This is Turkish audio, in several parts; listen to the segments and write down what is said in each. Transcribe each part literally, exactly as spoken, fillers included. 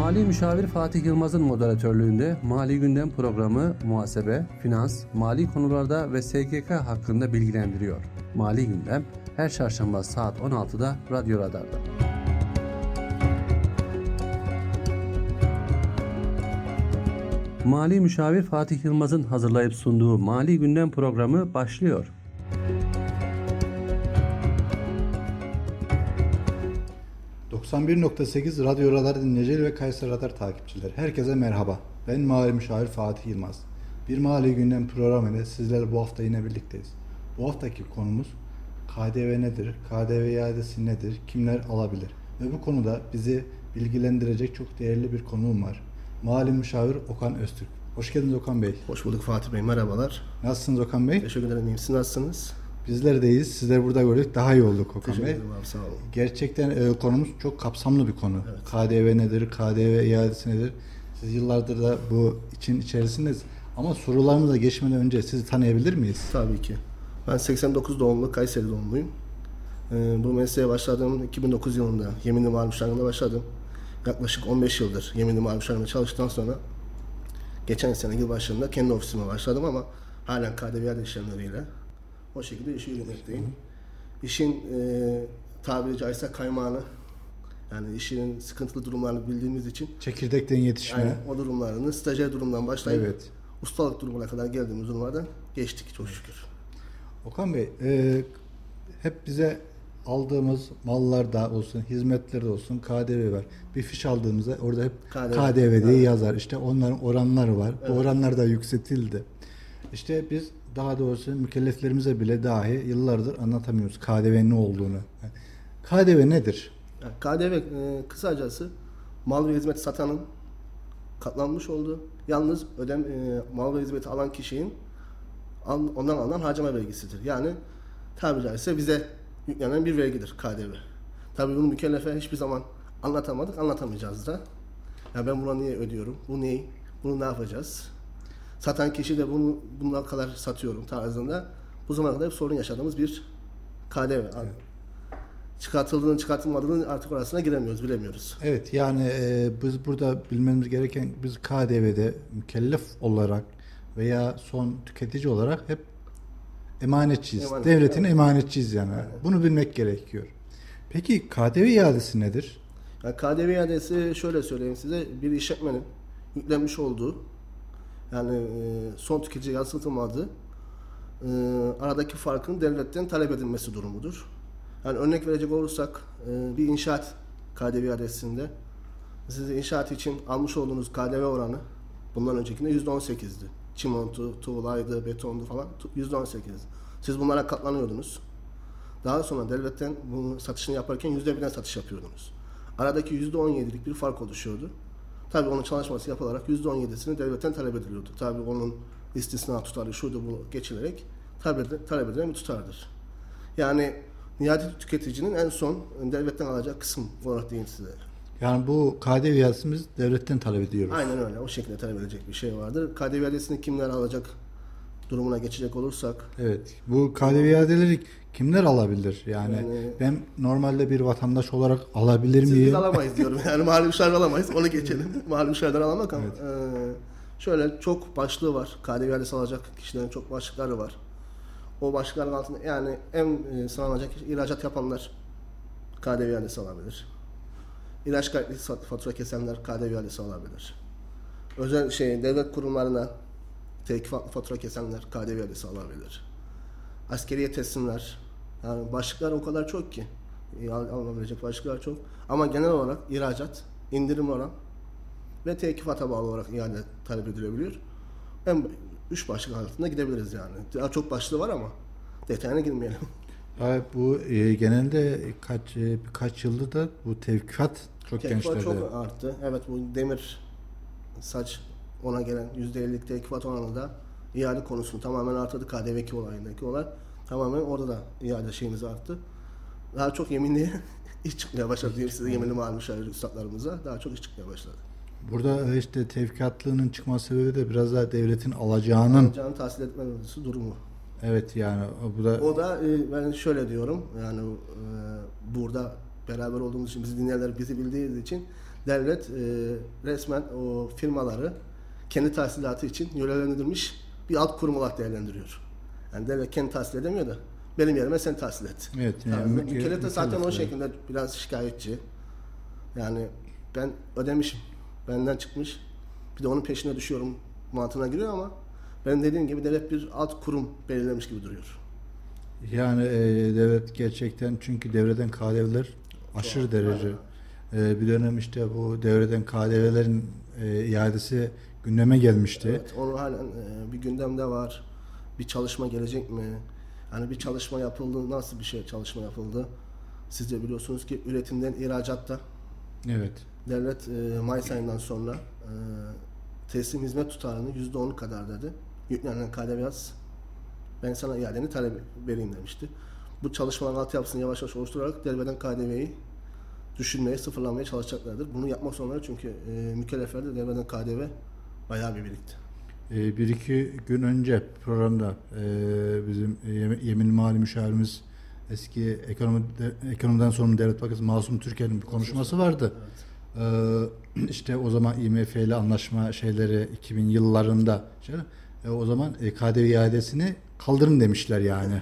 Mali Müşavir Fatih Yılmaz'ın moderatörlüğünde Mali Gündem programı muhasebe, finans, mali konularda ve S G K hakkında bilgilendiriyor. Mali Gündem her çarşamba saat on altıda Radyo Radar'da. Mali Müşavir Fatih Yılmaz'ın hazırlayıp sunduğu Mali Gündem programı başlıyor. doksan bir nokta sekiz Radyo Radar dinleyicileri ve Kayseri Radar takipçileri. Herkese merhaba. Ben Mali Müşavir Fatih Yılmaz. Bir Mali Gündem programıyla sizlerle bu hafta yine birlikteyiz. Bu haftaki konumuz K D V nedir? K D V iadesi nedir? Kimler alabilir? Ve bu konuda bizi bilgilendirecek çok değerli bir konuğum var. Mali Müşavir Okan Öztürk. Hoş geldiniz Okan Bey. Hoş bulduk Fatih Bey. Merhabalar. Nasılsınız Okan Bey? Teşekkür ederim. İyiyim. Siz nasılsınız? Bizler de iyiyiz. Sizleri burada gördük. Daha iyi olduk Okan Teşekkür Bey. ederim abi. Sağ olun. Gerçekten e, konumuz çok kapsamlı bir konu. Evet. K D V nedir? K D V iadesi nedir? Siz yıllardır da bu için içerisiniz. Ama sorularımıza geçmeden önce sizi tanıyabilir miyiz? Tabii ki. Ben seksen dokuz doğumlu, Kayseri doğumluyum. Ee, bu mesleğe başladığım iki bin dokuz yılında yeminli mali müşavirliğine başladım. Yaklaşık on beş yıldır yeminli mali müşavirliğine çalıştıktan sonra geçen sene yıl başında kendi ofisime başladım ama halen K D V iade işlemleriyle o şekilde işi yürütmekteyim. İşin e, tabiri caizse kaymağını, yani işin sıkıntılı durumlarını bildiğimiz için Çekirdekten yetişme. yani o durumlarını stajyer durumdan başlayıp Evet. ustalık durumuna kadar geldiğimiz durumlardan geçtik çok şükür. Okan Bey, e, hep bize aldığımız mallarda olsun, hizmetlerde olsun K D V var. Bir fiş aldığımızda orada hep K D V, K D V diye evet. yazar. İşte onların oranları var. Evet. Bu oranlar da yükseltildi. İşte biz daha doğrusu mükelleflerimize bile dahi yıllardır anlatamıyoruz K D V'nin ne olduğunu. K D V nedir? Yani K D V e, kısacası mal ve hizmet satanın katlanmış olduğu, yalnız ödem e, mal ve hizmeti alan kişinin an, ondan alınan harcama vergisidir. Yani tabiri caizse bize yüklenen bir vergidir K D V. Tabii bunu mükellefe hiçbir zaman anlatamadık, anlatamayacağız da. Ya ben buna niye ödüyorum? Bu ne? Bunu ne yapacağız? Satan kişi de bunu bundan kadar satıyorum tarzında bu zamana kadar hep sorun yaşadığımız bir K D V. Evet. Çıkartıldığını çıkartılmadığını artık orasına giremiyoruz, bilemiyoruz. Evet, yani e, biz burada bilmemiz gereken, biz K D V'de mükellef olarak veya son tüketici olarak hep emanetçiyiz. Emanet, Devletin evet. emanetçiyiz yani. Aynen. Bunu bilmek gerekiyor. Peki K D V iadesi nedir? Yani K D V iadesi şöyle söyleyeyim size, bir işletmenin yüklenmiş olduğu, yani e, son tüketiciye yansıtılmadığı e, aradaki farkın devletten talep edilmesi durumudur. Yani örnek verecek olursak e, bir inşaat K D V iadesinde siz inşaat için almış olduğunuz K D V oranı bundan öncekinde yüzde on sekizdi. Çimento, tuğlaydı, betondu falan yüzde on sekizdi. Siz bunlara katlanıyordunuz. Daha sonra devletten bunu satışını yaparken yüzde birden satış yapıyordunuz. Aradaki yüzde on yedilik bir fark oluşuyordu. Tabii onun çalışması yapılarak yüzde on yedisini devletten talep ediliyordu. Tabii onun istisna tutarı şuydu bu geçilerek talep, talep edilen bir tutardır. Yani nihayet tüketicinin en son devletten alacağı kısım olarak diyeyim size. Yani bu K D V iadesimiz devletten talep ediyoruz. Aynen öyle. O şekilde talep edilecek bir şey vardır. K D V iadesini kimler alacak durumuna geçecek olursak. Evet. Bu K D V iadeleri kimler alabilir? Yani, Yani- ben normalde bir vatandaş olarak alabilir Siz miyim? biz alamayız diyorum. Yani mali müşavir alamayız. Onu geçelim. Mali müşavirden alamak ama Evet. e, şöyle çok başlığı var. K D V iadesi alacak kişilerin çok başlıkları var. O başlıkların altında yani en e, sıralanacak ihracat yapanlar K D V iadesi alabilir. İlaç kayıtlı fatura kesenler K D V iadesi alabilir. Özel şey devlet kurumlarına tevkifatlı fatura kesenler K D V iadesi alabilir. Askeriye teslimler, yani başlıklar o kadar çok ki al- alınabilecek başlıklar çok. Ama genel olarak ihracat, indirim oran ve tevkifata bağlı olarak iade talep edilebiliyor. En üç başlık altında gidebiliriz yani. Daha çok başlığı var ama detayına girmeyelim. Evet, bu e, genelde kaç e, birkaç yıldır da bu tevkifat çok Tevkifat gençlerde. çok arttı. Evet, bu demir saç ona gelen yüzde ellilik tevkifat oranı da iade konusunu tamamen artırdı. K D V iki olayındaki olay tamamen orada da iade şeyimiz arttı. Daha çok yeminli iş çıkmaya başladı diyeyim size, yeminli mali müşavir üstadlarımıza daha çok iş çıkmaya başladı. Burada işte tevkifatlığının çıkma sebebi de biraz daha devletin alacağının. Canı tahsil etmemesi durumu. Evet, yani bu da O da e, ben şöyle diyorum yani e, burada beraber olduğumuz için bizi dinleyenler bizi bildiği için devlet e, resmen o firmaları kendi tahsilatı için yönlendirilmiş bir alt kurum olarak değerlendiriyor. Yani devlet kendi tahsil edemiyor da benim yerime sen tahsil et. Evet. Yani Yani mükellef- mükellef de zaten o mükellefler. şekilde biraz şikayetçi. Yani ben ödemişim. Benden çıkmış. Bir de onun peşine düşüyorum mantığına giriyor ama benim dediğim gibi devlet bir alt kurum belirlemiş gibi duruyor. Yani e, devlet gerçekten, çünkü devreden K D V'ler aşırı derece. E, bir dönem işte bu devreden K D V'lerin e, iadesi gündeme gelmişti. Evet, onu halen e, bir gündemde var. Bir çalışma gelecek mi? Hani bir çalışma yapıldı. Nasıl bir şey çalışma yapıldı? Siz de biliyorsunuz ki üretimden ihracatta Evet. devlet e, Mayıs ayından sonra e, teslim hizmet tutarını yüzde on kadar dedi. Yüklenen K D V yaz. Ben sana iadeni talep vereyim demişti. Bu çalışmaların altyapısını yavaş yavaş oluşturarak devreden K D V'yi düşürmeye, sıfırlamaya çalışacaklardır. Bunu yapmak zorunda çünkü e, mükelleflerde devreden K D V bayağı bir birikti. E, bir iki gün önce programda e, bizim e, Yeminli Mali Müşavirimiz, eski ekonomi, de, ekonomiden sorumlu Devlet Bakanı Masum Türker'in bir konuşması vardı. Evet. E, işte o zaman I M F ile anlaşma şeyleri iki bin yıllarında şey, e, o zaman e, K D V iadesini kaldırın demişler yani.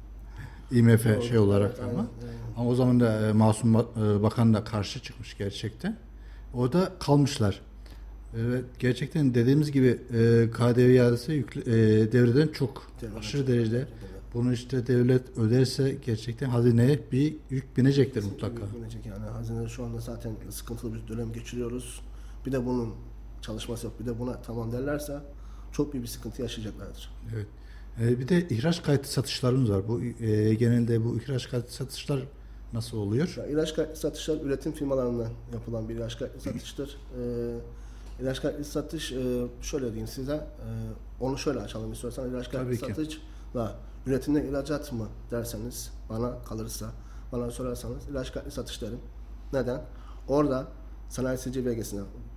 I M F şey olarak Evet, ama. aynen. Ama o zaman da e, Masum Ba- e, Bakan da karşı çıkmış gerçekten. O da kalmışlar. Evet, gerçekten dediğimiz gibi e, K D V iadesi yükle, e, devreden çok Devreden aşırı çok. derecede. Bunu işte devlet öderse gerçekten hazineye bir yük binecektir mutlaka. Binecek yani. Hazine şu anda zaten sıkıntılı bir dönem geçiriyoruz. Bir de bunun çalışması yok. Bir de buna tamam derlerse çok büyük bir sıkıntı yaşayacaklardır. Evet. E, bir de ihraç kayıtlı satışlarımız var. Bu e, genelde bu ihraç kayıtlı satışlar nasıl oluyor? Ya, ilaç kayıtlı satışlar üretim firmalarından yapılan bir ilaç kayıtlı satıştır. Ee, ilaç kayıtlı satış e, şöyle diyeyim size, e, onu şöyle açalım istiyorsan. İlaç kayıtlı Tabii ki. satışla üretimden ihracat mı derseniz, bana kalırsa, bana sorarsanız ilaç kayıtlı satış derim. Neden? Orada sanayi sicil belgesine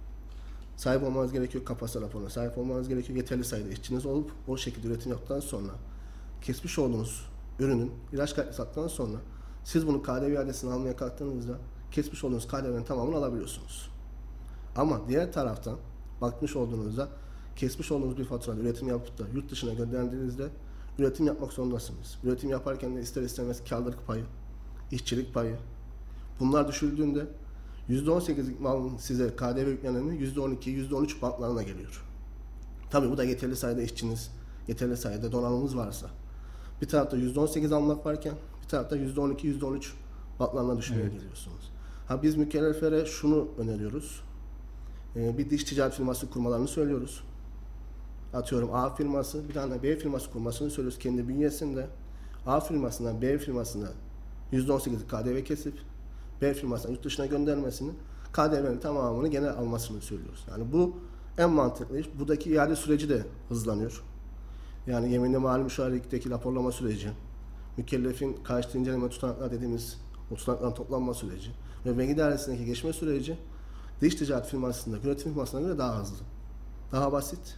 sahip olmanız gerekiyor, kapasite raporuna sahip olmanız gerekiyor, yeterli sayıda işçiniz olup o şekilde üretim yaptıktan sonra kesmiş olduğunuz ürünün ilaç kayıtlı sattıktan sonra siz bunu K D V iadesini almaya kalktığınızda kesmiş olduğunuz K D V'nin tamamını alabiliyorsunuz. Ama diğer taraftan bakmış olduğunuzda kesmiş olduğunuz bir faturada üretim yapıp da yurt dışına gönderdiğinizde üretim yapmak zorundasınız. Üretim yaparken de ister istemez kârlılık payı, işçilik payı bunlar düşürdüğünde yüzde on sekizlik malın size K D V yüklenimi yüzde on iki, yüzde on üç bantlarına geliyor. Tabii bu da yeterli sayıda işçiniz, yeterli sayıda donanımınız varsa. Bir tarafta yüzde on sekiz almak varken bir tarafta yüzde on iki, yüzde on üç bantlarına düşmeye Evet. geliyorsunuz. Ha biz mükelleflere şunu öneriyoruz. Ee, bir dış ticaret firması kurmalarını söylüyoruz. Atıyorum A firması, bir tane B firması kurmasını söylüyoruz kendi bünyesinde. A firmasından B firmasına yüzde on sekiz K D V kesip B firmasından yurt dışına göndermesini, K D V'nin tamamını gene almasını söylüyoruz. Yani bu en mantıklı iş. Buradaki iade süreci de hızlanıyor. Yani yeminli mali müşavirlikteki raporlama süreci, mükellefin karşıtı inceleme tutanaklar dediğimiz o tutanakların toplanma süreci ve vergi dairesindeki geçme süreci dış ticaret firmasında, üretim firmasına göre daha hızlı. Daha basit,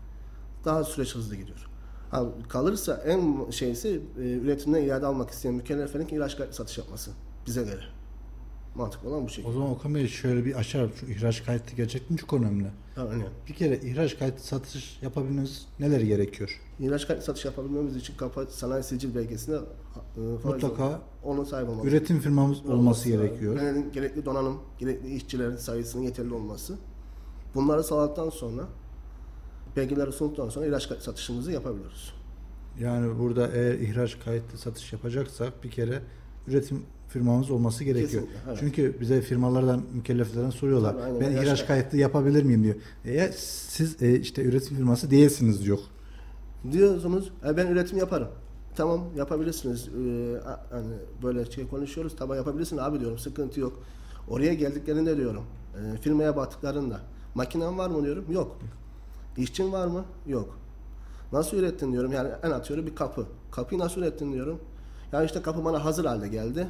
daha süreç hızlı gidiyor. Ha, kalırsa en şeysi e, üretimden iade almak isteyen mükelleflerin ilaç kayıtlı satış yapması bize göre. Mantıklı olan bu şekilde. O zaman Okan Bey şöyle bir açalım. Şu ihraç kayıtlı gerçekten çok önemli. Yani, Bir kere ihraç kayıtlı satış yapabilmeniz neler gerekiyor? ilaç kayıtlı satış yapabilmemiz için kapa sanayi sicil belgesine e, Mutlaka onun sahip olması. üretim firmamız olması gerekiyor. Yani gerekli donanım, gerekli işçilerin sayısının yeterli olması. Bunları sağladıktan sonra belgeleri sunduktan sonra ilaç kayıtlı satışımızı yapabiliyoruz. Yani burada eğer ihraç kayıtlı satış yapacaksak bir kere üretim firmamız olması gerekiyor. Kesinlikle, evet. Çünkü bize firmalardan, mükelleflerden soruyorlar. Tabii, aynen. Ben İhraç ihraç kayıtlı yapabilir miyim diyor. Eğer siz e, işte üretim firması değilsiniz diyor. Diyorsunuz, e, ben üretim yaparım. Tamam yapabilirsiniz. Ee, hani böyle şey konuşuyoruz. Tamam yapabilirsin abi diyorum. Sıkıntı yok. Oraya geldiklerinde diyorum. E, firmaya baktıklarında makinen var mı diyorum. Yok. İşçin var mı? Yok. Nasıl ürettin diyorum. Yani en atıyorum bir kapı. Kapıyı nasıl ürettin diyorum. Yani işte kapı bana hazır halde geldi.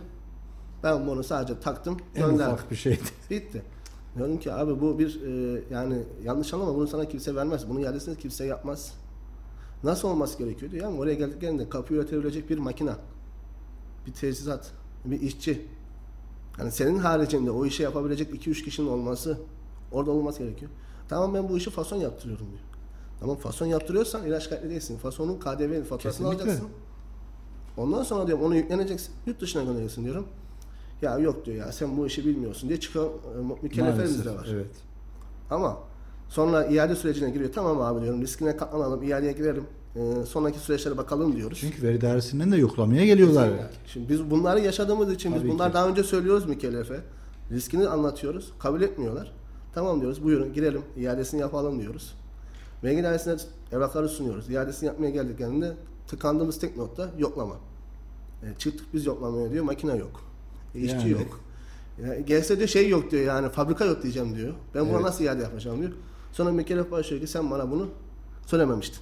Ben bunu sadece taktım, En gönderdim. ufak bir şeydi. Bitti. Diyorum ki abi bu bir e, yani yanlış anlama bunu sana kimse vermez. Bunun iadesini kimse yapmaz. Nasıl olması gerekiyor diyor. Yani oraya geldiklerinde kapı üretebilecek bir makina, bir teçhizat, bir işçi. Yani senin haricinde o işi yapabilecek iki üç kişinin olması, orada olması gerekiyor. Tamam ben bu işi fason yaptırıyorum diyor. Tamam fason yaptırıyorsan ilaç kayıtlı değilsin. Fasonun K D V faturasını alacaksın. Ondan sonra diyorum onu yükleneceksin. Yurt dışına göndereceksin diyorum. Ya yok diyor ya sen bu işi bilmiyorsun diye çıkan mükelleflerimiz de var. Evet. Ama sonra iade sürecine giriyor. Tamam abi diyorum riskine katlanalım, iadeye girelim. Ee, sonraki süreçlere bakalım diyoruz. Çünkü veri dairesinden de yoklamaya geliyorlar. Yani. Şimdi biz bunları yaşadığımız için Tabii biz bunlar ki. daha önce söylüyoruz mükellefe. Riskini anlatıyoruz. Kabul etmiyorlar. Tamam diyoruz buyurun girelim iadesini yapalım diyoruz. Vergi dairesine evrakları sunuyoruz. İadesini yapmaya geldiklerinde tıkandığımız tek nokta yoklama. E, çıktık biz yoklamaya diyor makine yok. E, işçi Yani. yok. Yani gelse diyor şey yok diyor yani fabrika yok diyeceğim diyor. Ben buna Evet. nasıl iade yapacağım diyor. Sonra mükellef başlıyor ki sen bana bunu söylememiştin.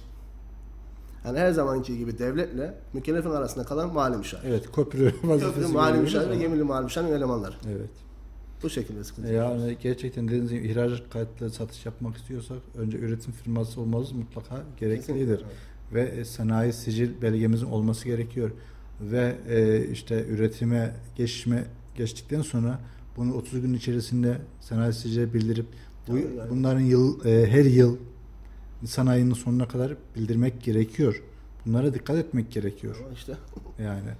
Yani her zamanki gibi devletle mükellefin arasında kalan mali müşavir. Evet, köprü vazifesi Köprü mali görüyoruz müşavir ve ama- gemili mali müşavirin elemanları. Evet. Bu şekilde sıkıntı. Yani gerçekten dediğiniz gibi ihraç kayıtlı satış yapmak istiyorsak önce üretim firması olmamız mutlaka gereklidir. Kesinlikle. Ve e, sanayi sicil belgemizin olması gerekiyor. Ve e, işte üretime geçme geçtikten sonra bunu otuz gün içerisinde sanayi sicile bildirip bu, Tabii yani. bunların yıl e, her yıl sanayinin sonuna kadar bildirmek gerekiyor. Bunlara dikkat etmek gerekiyor. Ama işte Yani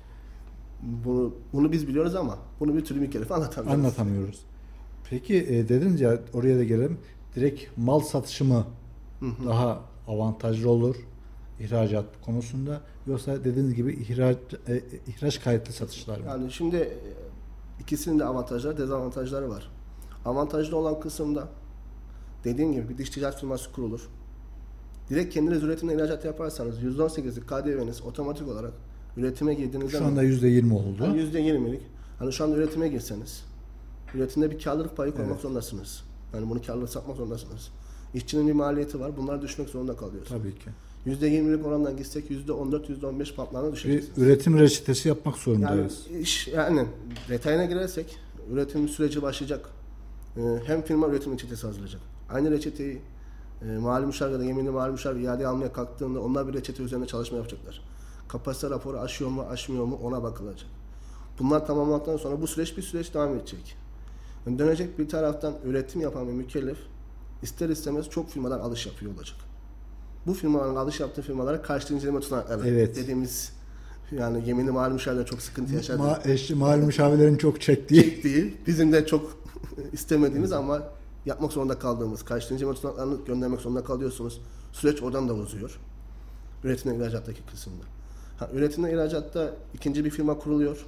bunu bunu biz biliyoruz ama bunu bir türlü mükellef anlatamıyoruz. anlatamıyoruz. Peki e, dediniz ya oraya da gelelim. Direkt mal satışı mı daha avantajlı olur ihracat konusunda yoksa dediğiniz gibi ihraç e, ihraç kayıtlı satışlar mı? Yani şimdi e, ikisinin de avantajları, dezavantajları var. Avantajlı olan kısımda dediğim gibi bir dış ticaret firması kurulur. Direkt kendiniz üretimle ihracat yaparsanız yüzde on sekizlik K D V'niz otomatik olarak üretime girdiğinizde Şu anda yüzde yirmi oldu. yani yüzde yirmilik. Hani şu anda üretime girseniz üretimde bir karlılık payı koymak Evet. zorundasınız. Yani bunu karlılık satmak zorundasınız. İşçinin bir maliyeti var. Bunları düşmek zorunda kalıyorsunuz. Tabii ki. yüzde yirmilik orandan gitsek yüzde on dört yüzde on beş bantlarına Bir düşeceksiniz. üretim reçetesi yapmak Yani zorundayız. iş yani detayına girersek üretim süreci başlayacak. Ee, hem firma üretim reçetesi hazırlayacak. Aynı reçeteyi e, mali müşavir ya da yeminli mali müşavir iade almaya kalktığında onlar bir reçete üzerinde çalışma yapacaklar. Kapasite raporu aşıyor mu aşmıyor mu ona bakılacak. Bunlar tamamlandıktan sonra bu süreç bir süreç devam edecek. Yani dönecek bir taraftan üretim yapan bir mükellef ister istemez çok firmadan alış yapıyor olacak. Bu firmaların alış yaptığı firmalara karşı inceleme tutanakları Evet. dediğimiz yani yeminli mali müşavirler çok sıkıntı yaşadı. Ma eş, mali müşavirlerin çok çektiği. Değil. Bizim de çok istemediğimiz ama yapmak zorunda kaldığımız karşı inceleme tutanaklarını göndermek zorunda kalıyorsunuz. Süreç oradan da uzuyor. Üretimle ihracattaki kısımda. Ha, üretimle ihracatta ikinci bir firma kuruluyor.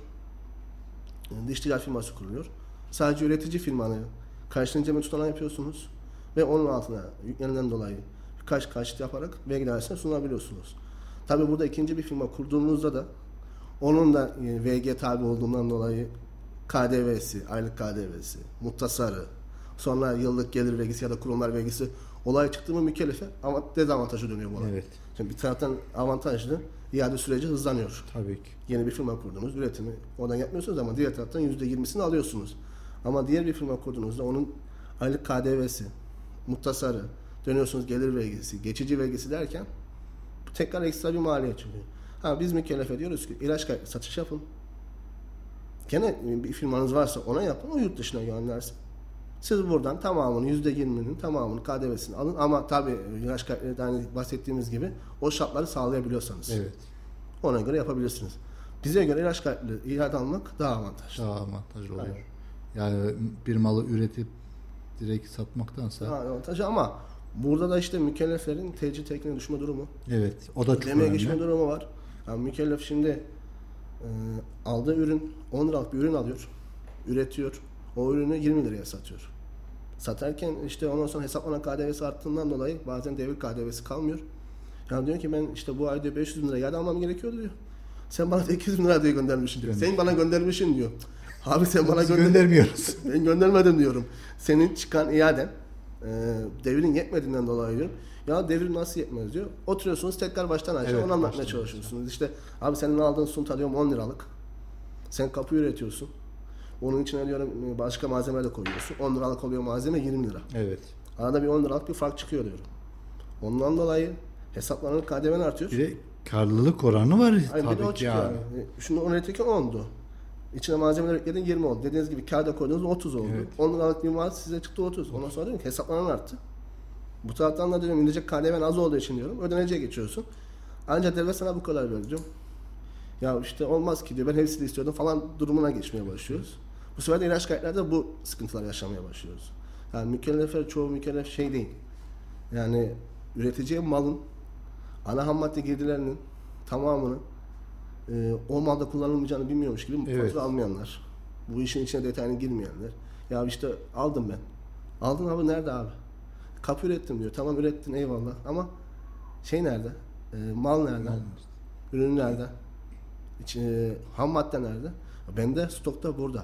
Yani dış ticaret firması kuruluyor. Sadece üretici firmanın karşı inceleme tutanağı yapıyorsunuz ve onun altına yüklenilen dolayı birkaç karşıt yaparak vergi dairesine sunabiliyorsunuz. Tabii burada ikinci bir firma kurduğunuzda da onun da e, vergiye tabi olduğundan dolayı K D V'si, aylık K D V'si, muttasarı, sonra yıllık gelir vergisi ya da kurumlar vergisi olay çıktı mı mükellefe ama dezavantajı dönüyor bu olay. Evet. Şimdi bir taraftan avantajlı, iade süreci hızlanıyor. Tabii ki. Yeni bir firma kurdunuz, üretimi oradan yapmıyorsunuz ama diğer taraftan yüzde yirmisini alıyorsunuz. Ama diğer bir firma kurduğunuzda onun aylık K D V'si, muttasarı, dönüyorsunuz gelir vergisi, geçici vergisi derken tekrar ekstra bir maliyet çıkıyor. Ha biz mükellef ediyoruz ki ilaç kayıtlı satış yapın. Gene bir firmanız varsa ona yapın, o yurt dışına göndersin. Siz buradan tamamını yüzde yirminin tamamını K D V'sini alın ama tabii ilaç kayıtlı hani bahsettiğimiz gibi o şartları sağlayabiliyorsanız. Evet. Ona göre yapabilirsiniz. Bize göre ilaç kayıtlı iade almak daha avantajlı. Daha avantajlı oluyor. Aynen. Yani bir malı üretip direkt satmaktansa. Daha avantajlı ama burada da işte mükelleflerin tecrit tekniğine düşme durumu. Evet. O da çok Ödemeye önemli. geçme durumu var. Yani mükellef şimdi e, aldığı ürün on liralık bir ürün alıyor. Üretiyor. O ürünü yirmi liraya satıyor. Satarken işte ondan sonra hesaplanan K D V'si arttığından dolayı bazen devir K D V'si kalmıyor. Yani diyor ki ben işte bu ay diyor beş yüz bin lira iade almam gerekiyor diyor. Sen bana iki yüz bin lira diye göndermişsin diyor. Sen bana göndermişsin diyor. Abi sen bana Biz gönder göndermiyoruz. ben göndermedim diyorum. Senin çıkan iaden e, devirin yetmediğinden dolayı diyorum. Ya devir nasıl yetmez diyor. Oturuyorsunuz tekrar baştan aşağı Evet, onu anlatmaya baştan çalışıyorsunuz. İşte abi senin aldığın sunta diyorum on liralık. Sen kapı üretiyorsun. Onun içine diyorum başka malzeme de koyuyorsun. on liralık oluyor malzeme yirmi lira. Evet. Arada bir on liralık bir fark çıkıyor diyorum. Ondan dolayı hesaplanan K D V'n artıyor. Bir de karlılık oranı var Hayır, bir de tabii o ki çıkıyor. yani. Yani. Şimdi on liradaki ondu. İçine malzemeler ekledin yirmi oldu. Dediğiniz gibi kağıda koyduğunuz otuz oldu. Evet. on liralık bir mal size çıktı otuz. Ondan sonra diyorum ki hesaplanan arttı. Bu taraftan da diyorum indirecek K D V'n az olduğu için diyorum ödeneceğe geçiyorsun. Ancak devlet sana bu kadar veriyor diyorum. Ya işte olmaz ki diyor ben hepsini istiyordum falan durumuna geçmeye başlıyoruz. Bu sefer de ilaç kayıtlarda bu sıkıntılar yaşamaya başlıyoruz. Yani mükellefler çoğu mükellef şey değil. Yani üreticiye malın ana ham madde girdilerinin tamamını e, o malda kullanılmayacağını bilmiyormuş gibi Evet. fatura almayanlar. Bu işin içine detayına girmeyenler. Ya işte aldım ben. Aldın abi nerede abi? Kapı ürettim diyor. Tamam ürettin eyvallah ama şey nerede? E, mal nerede? Mal. Ürün nerede? İç, e, ham madde nerede? Bende stokta burada.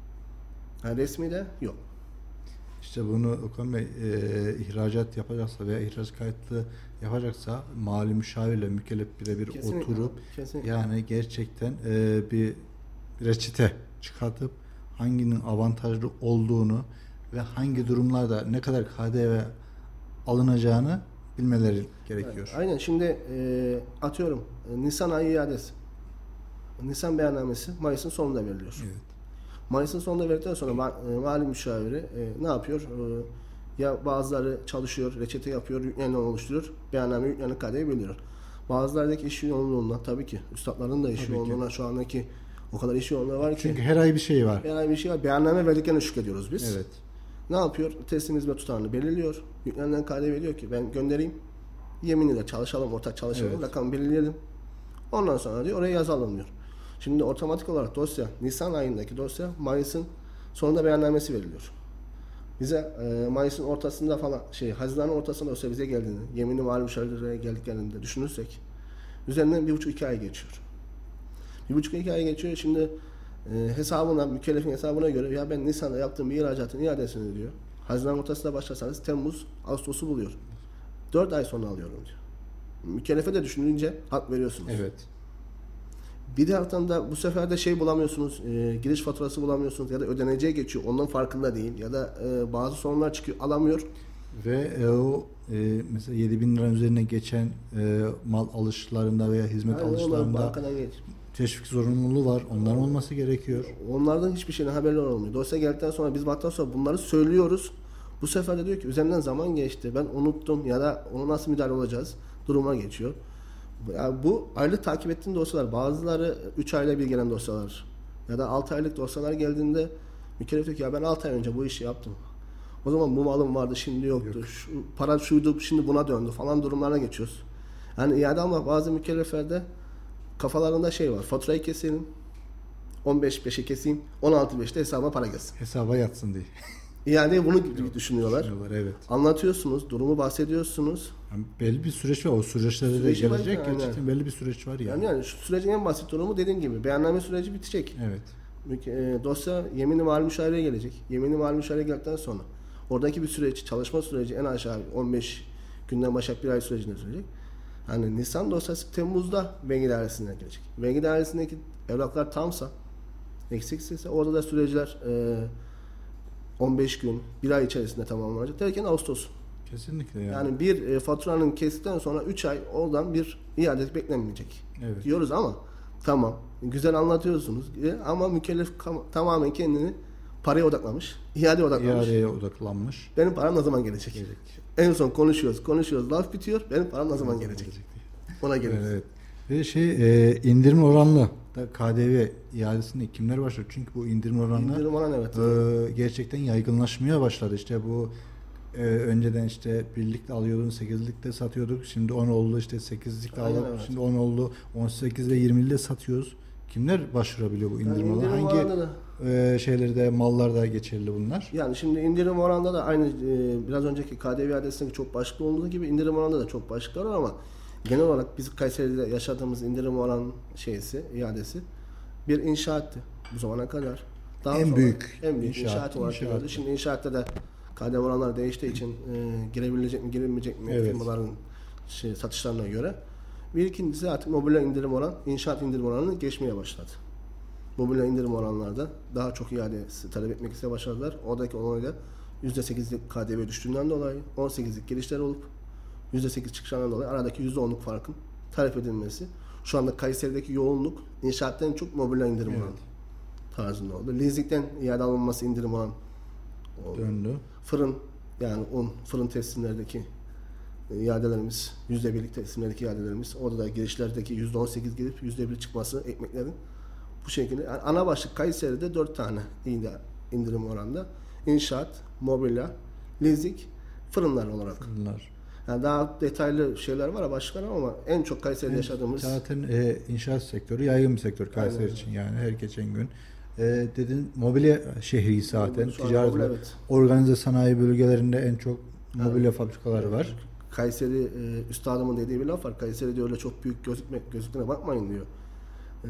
Yani resmi de yok. İşte bunu Okan Bey e, ihracat yapacaksa veya ihraç kayıtlı yapacaksa mali müşavirle mükellef birebir Kesinlikle, oturup kesinlikle. yani gerçekten e, bir reçete çıkartıp hanginin avantajlı olduğunu ve hangi durumlarda ne kadar K D V alınacağını bilmeleri gerekiyor. Aynen şimdi e, atıyorum e, Nisan ayı iadesi. Nisan beyannamesi Mayıs'ın sonunda veriliyor. Evet. Mayıs'ın sonunda verdikten sonra ma- e, mali müşaviri e, ne yapıyor? E, ya bazıları çalışıyor, reçete yapıyor, yüklerini oluşturuyor, beyanname yüklerini K D V biliyor. Bazılardaki iş yoğunluğuna tabii ki üstadların da iş Tabii yoğunluğuna ki. şu andaki o kadar iş yoğunluğu var ki. Çünkü her ay bir şey var. Yani bir şey var. Beyanname verdiklerine şükrediyoruz biz. Evet. Ne yapıyor? Teslim hizmet tutarını belirliyor. Yüklenen K D V diyor ki ben göndereyim. Yeminle çalışalım, ortak çalışalım. Evet. Rakam belirleyelim. Ondan sonra diyor oraya yazalım diyor. Şimdi otomatik olarak dosya Nisan ayındaki dosya Mayıs'ın sonunda beyannamesi veriliyor. Bize e, Mayıs'ın ortasında falan şey Haziran'ın ortasında dosya bize geldiğini, yeminli mali müşavirlere geldiklerini düşünürsek üzerinden bir buçuk iki ay geçiyor. Bir buçuk iki ay geçiyor. Şimdi e, hesabına, mükellefin hesabına göre ya ben Nisan'da yaptığım bir ihracatın iadesini diyor. Haziran ortasında başlasanız Temmuz, Ağustos'u buluyor. dört ay sonra alıyorum diyor. Mükellefe de düşününce hak veriyorsunuz. Evet. Bir taraftan da bu sefer de şey bulamıyorsunuz, e, giriş faturası bulamıyorsunuz ya da ödeneceği geçiyor. Onun farkında değil ya da e, bazı sorunlar çıkıyor, alamıyor. Ve e, o e, mesela yedi bin lira üzerine geçen e, mal alışlarında veya hizmet Yani onlar alışlarında bankadan geç. teşvik zorunluluğu var. Onların olması gerekiyor. Onlardan hiçbir şeyden haberler olmuyor. Dosya geldikten sonra biz baktıktan sonra bunları söylüyoruz. Bu sefer de diyor ki üzerinden zaman geçti. Ben unuttum ya da ona nasıl müdahale olacağız? Duruma geçiyor. Yani bu aylık takip ettiğin dosyalar. Bazıları üç ayla bir gelen dosyalar. Ya da altı aylık dosyalar geldiğinde mükellef diyor ki ya ben altı ay önce bu işi yaptım. O zaman bu malım vardı şimdi yoktu. Yok. Şu, para şuydu şimdi buna döndü falan durumlarına geçiyoruz. Yani iade ama bazı mükelleflerde kafalarında şey var. Faturayı keselim. on beş beşe keseyim. on altı beşte hesaba para gelsin. Hesaba yatsın diye. Yani bunu gibi düşünüyorlar. Düşünüyorlar, evet. Anlatıyorsunuz, durumu bahsediyorsunuz. Yani belli bir süreç var. O süreçlerde de Süreci var gelecek. yani. Gerçekten belli bir süreç var yani. Yani, yani şu sürecin en basit durumu dediğim gibi beyanname süreci bitecek. Evet. E, dosya yeminli mali müşavireye gelecek. Yeminli mali müşavireye geldikten sonra oradaki bir süreç, çalışma süreci en aşağı on beş günden başlayıp bir ay sürecinde sürecek. Hani Nisan dosyası Temmuz'da vergi dairesine gelecek. Vergi dairesindeki evraklar tamsa, eksikse orada da süreçler e, on beş gün, bir ay içerisinde tamamlanacak. Derken Ağustos. Kesinlikle yani. Yani bir e, faturanın kestikten sonra üç ay oradan bir iade beklenmeyecek. Evet. Diyoruz ama tamam güzel anlatıyorsunuz e, ama mükellef kam- tamamen kendini paraya odaklamış, iade odaklamış. İadeye odaklanmış. Benim param ne zaman gelecek? Gelecek. En son konuşuyoruz, konuşuyoruz, laf bitiyor. Benim param ne zaman gelecek? Ona geliriz. Evet. Ve şey e, indirim oranlı da K D V iadesinde kimler başlıyor? Çünkü bu indirim oranı İndirim oran evet. e, gerçekten yaygınlaşmaya başladı. İşte bu e, önceden işte birlikte alıyordun, sekizlikte satıyorduk. Şimdi on oldu, işte sekizlikte Aynen, aldık. evet. Şimdi on oldu, on sekiz ve yirmide satıyoruz. Kimler başvurabiliyor bu indirim Yani oranı? indirim Hangi oranında da- e, şeylerde, mallarda geçerli bunlar? Yani şimdi indirim oranda da aynı e, biraz önceki K D V iadesindeki çok başlıklı olduğu gibi indirim oranında da çok başlıklar var ama genel olarak biz Kayseri'de yaşadığımız indirim oran şeysi, iadesi bir inşaattı bu zamana kadar. Daha En sonra büyük en büyük inşaat, inşaat olarak inşaat. görüldü. Şimdi inşaatta da K D V oranları değiştiği için e, girebilecek mi, girebilecek mi Evet. firmaların şey, satışlarına göre. Bir ikincisi artık mobilya indirim oran, inşaat indirim oranını geçmeye başladı. Mobilya indirim oranlarda daha çok iade talep etmek ise başladılar. Oradaki olayla yüzde sekizlik K D V düştüğünden dolayı on sekizlik girişler olup yüzde sekiz çıkışlarından dolayı aradaki yüzde onluk farkın talep edilmesi. Şu anda Kayseri'deki yoğunluk inşaattan çok mobilya indirim Evet. oranı. tarzında oldu. Leasing'den iade alınması indirim olan oldu. Döndü. Fırın yani un, fırın teslimlerdeki iadelerimiz, yüzde birlik teslimlerdeki iadelerimiz, orada da girişlerdeki yüzde on sekiz gelip yüzde bir çıkması ekmeklerin bu şekilde. Yani ana başlık Kayseri'de dört tane indirim oranında. İnşaat, mobilya, leasing, fırınlar olarak. Fırınlar. Yani daha detaylı şeyler var başlıklar ama en çok Kayseri'de Evet, yaşadığımız zaten e, inşaat sektörü yaygın bir sektör Kayseri Aynen. için yani her geçen gün. E, dedin mobilya şehri zaten. Şu an Ticaret mobilya, ve evet. organize sanayi bölgelerinde en çok mobilya fabrikaları var. Kayseri e, üstadımın dediği bir laf var. Kayseri diyor öyle çok büyük gözükmek gözüktüğüne bakmayın diyor. E,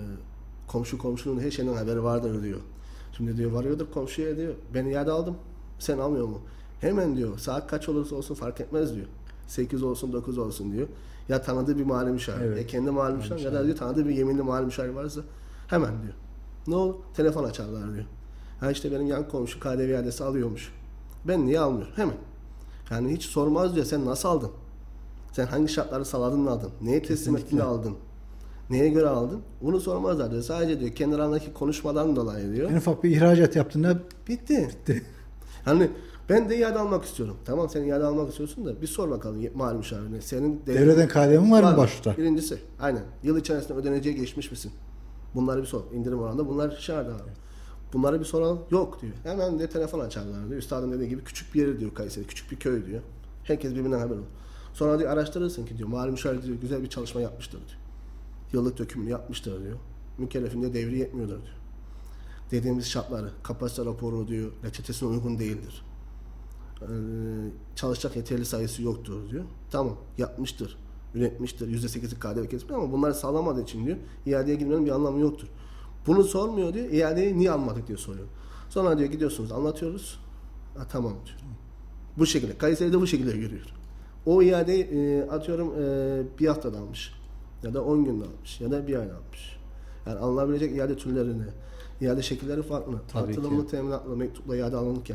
komşu komşunun her şeyden haberi vardır diyor. Şimdi diyor varıyordur komşuya diyor. Ben iade aldım. Sen almıyor mu? Hemen diyor. Saat kaç olursa olsun fark etmez diyor. sekiz olsun dokuz olsun diyor. Ya tanıdığı bir mali müşavir. Evet. Ya kendi mali müşavir ya da diyor tanıdığı bir yeminli mali müşavir varsa hemen diyor. Ne olur? Telefon açarlar diyor. Ha işte benim yan komşu K D V iadesi alıyormuş. Ben niye almıyorum? Hemen. Yani hiç sormaz diyor. Sen nasıl aldın? Sen hangi şartları sağladın da aldın? Neye teslim ettin de aldın? Neye göre aldın? Bunu sormazlar diyor. Sadece diyor kendi arandaki konuşmadan dolayı diyor. En ufak bir ihracat yaptığında Bitti. bitti. Hani ben de iade almak istiyorum. Tamam sen iade almak istiyorsun da bir sor bakalım mali müşavirine. Senin Devreden K D V'nin var mı başta? Birincisi. Aynen. Yıl içerisinde ödeneceği geçmiş misin? Bunları bir sor. İndirim oranında bunlar şart abi. Bunları bir soralım. Yok diyor. Hemen de telefon açarlar diyor. Üstadın dediği gibi küçük bir yer diyor Kayseri. Küçük bir köy diyor. Herkes birbirinden haber olur. Sonra diyor araştırırsın ki diyor. Mali müşavir diyor güzel bir çalışma yapmıştır diyor. Yıllık dökümünü yapmıştır diyor. Mükellefinde devri yetmiyordur diyor. Dediğimiz şartları, kapasite raporu diyor, reçetesine uygun değildir. Ee, çalışacak yeterli sayısı yoktur diyor. Tamam, yapmıştır, üretmiştir, yüzde sekizlik K D V kesmiş ama bunları sağlamadığı için diyor, iadeye girmenin bir anlamı yoktur. Bunu sormuyor diyor, iadeyi niye almadık diye soruyor. Sonra diyor gidiyorsunuz, anlatıyoruz. Ha, tamam diyor. Bu şekilde, Kayseri'de bu şekilde görüyor. O iadeyi e, atıyorum e, bir haftada almış. Ya da on günde almış. Ya da bir ayda almış. Yani alınabilecek iade türlerini, iade şekilleri farklı. Tabii Atılımlı ki. teminatla mektupla iade alınırken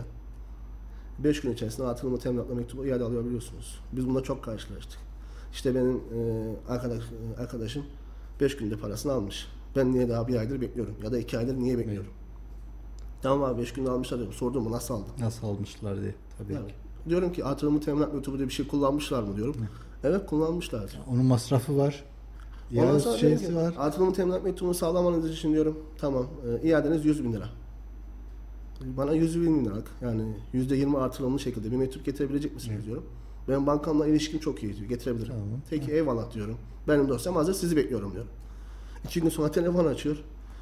beş gün içerisinde atılımlı teminatla mektupla iade alabiliyorsunuz. Biz bunda çok karşılaştık. İşte benim e, arkadaş, e, arkadaşım beş günde parasını almış. Ben niye daha bir aydır bekliyorum? Ya da iki aydır niye bekliyorum? Evet. Tamam abi beş günde almışlar diyorum. Sordum mu nasıl aldın? Nasıl almışlar diye. Tabii Yani, ki. diyorum ki atılımlı teminat mektubu diye bir şey kullanmışlar mı diyorum. Hı. Evet kullanmışlar. Onun masrafı var. Ondan İade sonra şeysi ki, var. atılımlı teminat mektubunu sağlamanız için diyorum tamam e, iadeniz yüz bin lira. Bana yüz bin liralık yani yüzde yirmi artırılmış şekilde bir mektup getirebilecek misiniz evet. diyorum. Ben bankamla ilişkim çok iyi diyor. Getirebilirim. Tamam. Peki evet. eyvallah diyorum. Benim dosyam hazır sizi bekliyorum diyorum. İki gün sonra telefon açıyor.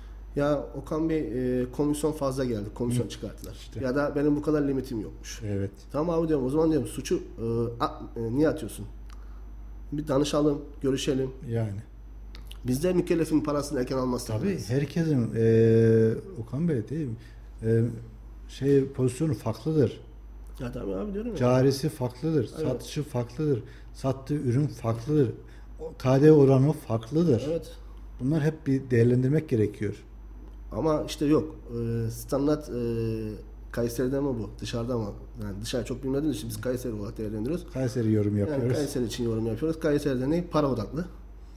Ya Okan Bey e, komisyon fazla geldi. Komisyon Hı. çıkarttılar. İşte. Ya da benim bu kadar limitim yokmuş. Evet. Tamam abi diyorum o zaman diyorum suçu e, at, e, niye atıyorsun? Bir danışalım, görüşelim. Yani. Bizde mükellefin parasını erken alması Tabii lazım. herkesin e, Okan Bey değil mi? E, şey pozisyonu farklıdır. Ya tabii abi diyorum ya. Carisi farklıdır, evet. satışı farklıdır, sattığı ürün farklıdır, K D V oranı farklıdır. Evet. Bunlar hep bir değerlendirmek gerekiyor. Ama işte yok. E, standart e, Kayseri'de mi bu? Dışarıda mı? Yani dışarı çok bilmediğimiz için biz Kayseri olarak değerlendiriyoruz. Kayseri yorum yapıyoruz. Yani Kayseri için yorum yapıyoruz. Kayseri'de ne? Para odaklı.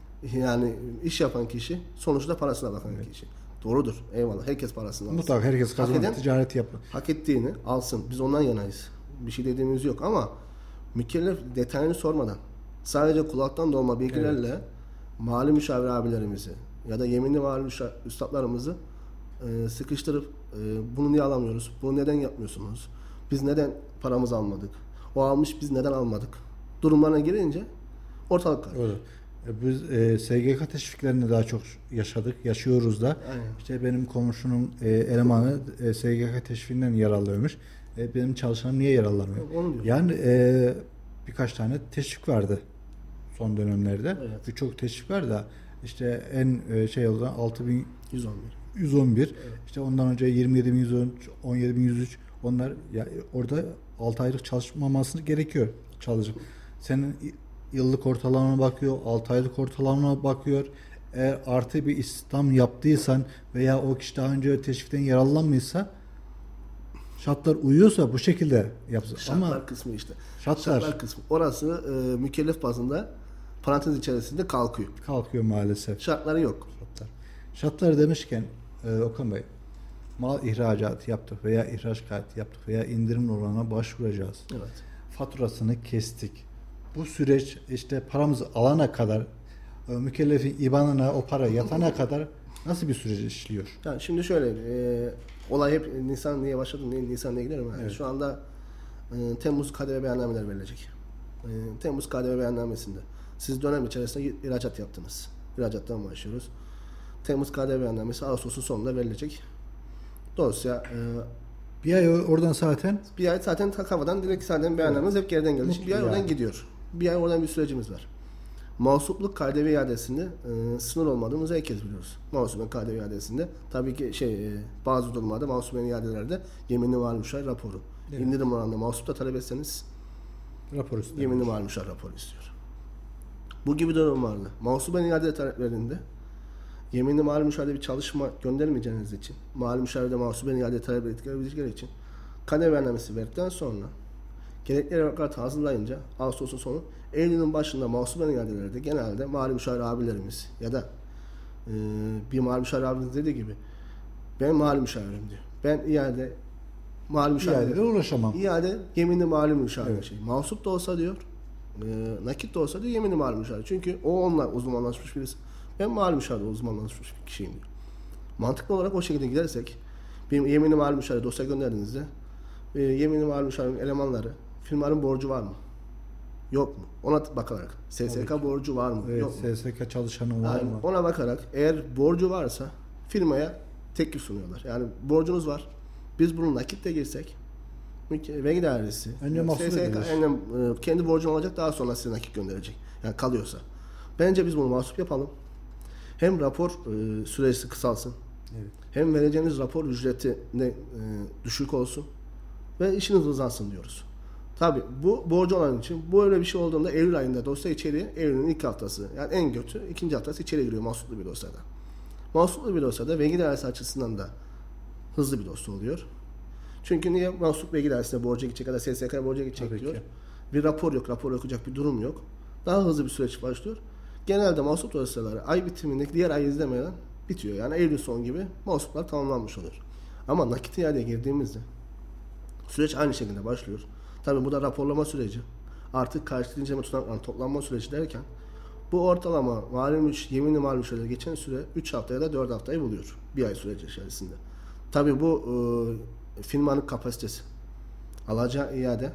Yani iş yapan kişi sonuçta parasına bakan evet. kişi. Doğrudur. Eyvallah. Herkes parasını alsın. Mutlaka herkes kazanan ticaret yapın. Hak ettiğini alsın. Biz ondan yanayız. Bir şey dediğimiz yok ama mükellef detayını sormadan sadece kulaktan dolma bilgilerle evet. mali müşavir abilerimizi ya da yeminli mali müşavir üstadlarımızı e, sıkıştırıp e, bunu niye alamıyoruz? Bunu neden yapmıyorsunuz? Biz neden paramızı almadık? O almış biz neden almadık? Durumlarına girince ortalık karışıyor. Biz e, S G K teşviklerini daha çok yaşadık, yaşıyoruz da. Aynen. İşte benim komşunun e, elemanı e, S G K teşviğinden yararlanıyormuş. E, benim çalışanım niye yararlanmıyor? Yani e, birkaç tane teşvik vardı son dönemlerde. Evet. Birçok teşvik var da işte en e, şey olan altı bin yüz on bir. yüz on bir. Evet. İşte ondan önce yirmi yedi bin yüz on üç, on yedi bin yüz üç. Onlar ya, orada altı aylık çalışmaması gerekiyor çalışıp. Senin yıllık ortalamana bakıyor, altı aylık ortalamana bakıyor. Eğer artı bir istihdam yaptıysan veya o kişi daha önce teşvikten yararlanmıyorsa şartlar uyuyorsa bu şekilde yapsın. Şartlar Ama kısmı işte. Şartlar, şartlar kısmı. Orası e, mükellef bazında parantez içerisinde kalkıyor. Kalkıyor maalesef. Şartları yok. Şartlar. Şartlar demişken e, Okan Bey mal ihracatı yaptık veya ihraç kaydı yaptık veya indirim oranına başvuracağız. Evet. Faturasını kestik. Bu süreç işte paramızı alana kadar, mükellefin I B A N'ına o para yatana kadar nasıl bir süreç işliyor? Yani şimdi şöyle, e, olay hep Nisan niye başladı, niye, Nisan niye gidiyorum? Yani evet. Şu anda e, Temmuz K D V beyannameler verilecek. E, Temmuz K D V beyannamesinde siz dönem içerisinde ihracat yaptınız. İhracattan başlıyoruz. Temmuz K D V beyannamesi Ağustos'un sonunda verilecek. Dosya e, bir ay oradan zaten bir ay zaten kafadan direkt zaten beyannamemiz hep geriden geldi. Bir ay oradan yani. gidiyor. Bir ay oradan bir sürecimiz var. Mahsupluk K D V iadesinde e, sınır olmadığımızı herkes biliyoruz. Mahsuben K D V iadesinde tabii ki şey e, bazı durumlarda mahsuben iadelerde yeminli mal müşahir raporu. Evet. İndirim oranında mahsupta talep etseniz rapor istiyor. Yeminli mal müşahir raporu istiyor. Bu gibi durumlarda mahsuben iade taleplerinde yeminli mal müşahirde bir çalışma göndermeyeceğiniz için mal müşahirde mahsuben iade talep ettikleri için K D V beyannamesi verdikten sonra gerekli evrakları hazırlayınca Ağustos'un sonu Eylül'ün başında mahsuben iadelerde genelde mali müşavir abilerimiz ya da e, bir mali müşavir abimiz dediği gibi ben mali müşavirim diyor. Ben iade mali müşavirle uğraşamam. İade yeminli mali müşavir evet. şey. Mahsup da olsa diyor, e, nakit de olsa diyor yeminli mali müşavir. Çünkü o onunla uzmanlaşmış birisi. Ben mali müşavirde uzmanlaşmış bir kişiyim diyor. Mantıklı olarak o şekilde gidersek bir yeminli mali müşavir dosya gönderdiğinizde e, yeminli mali müşavirin elemanları firmanın borcu var mı? Yok mu? Ona bakarak. S S K borcu var mı? Evet, yok mu? S S K çalışanı var Aynen. mı? Ona bakarak eğer borcu varsa firmaya teklif sunuyorlar. Yani borcunuz var. Biz bunu nakitle girsek vergi dairesi önce mahsul S S K aynen, e, kendi borcunu alacak daha sonra size nakit gönderecek. Yani kalıyorsa. Bence biz bunu mahsup yapalım. Hem rapor e, süresi kısalsın. Evet. Hem vereceğiniz rapor ücreti ne e, düşük olsun ve işiniz hızlansın diyoruz. Tabii bu borcu olan için bu öyle bir şey olduğunda Eylül ayında dosya içeriye Eylül'ün ilk haftası yani en kötü ikinci haftası içeri giriyor mahsuplu bir dosyada. Mahsuplu bir dosyada vergi dairesi açısından da hızlı bir dosya oluyor. Çünkü niye mahsup vergi dairesine borca gidecek ya da S S K'ya borca gidecek Tabii diyor. Ki. Bir rapor yok, rapor okuyacak bir durum yok. Daha hızlı bir süreç başlıyor. Genelde mahsup dosyaları ay bitimindeki diğer ay izlemeden bitiyor. Yani Eylül son gibi mahsuplar tamamlanmış olur. Ama nakit iadeye girdiğimizde süreç aynı şekilde başlıyor. Tabii bu da raporlama süreci. Artık karşılıklı inceleme tutanaklarının toplanma süreci derken bu ortalama mali mülk, yeminli mali müşavirde geçen süre üç hafta ya da dört haftayı buluyor. Bir ay süreci içerisinde. Tabii bu e, firmanın kapasitesi, alacağı iade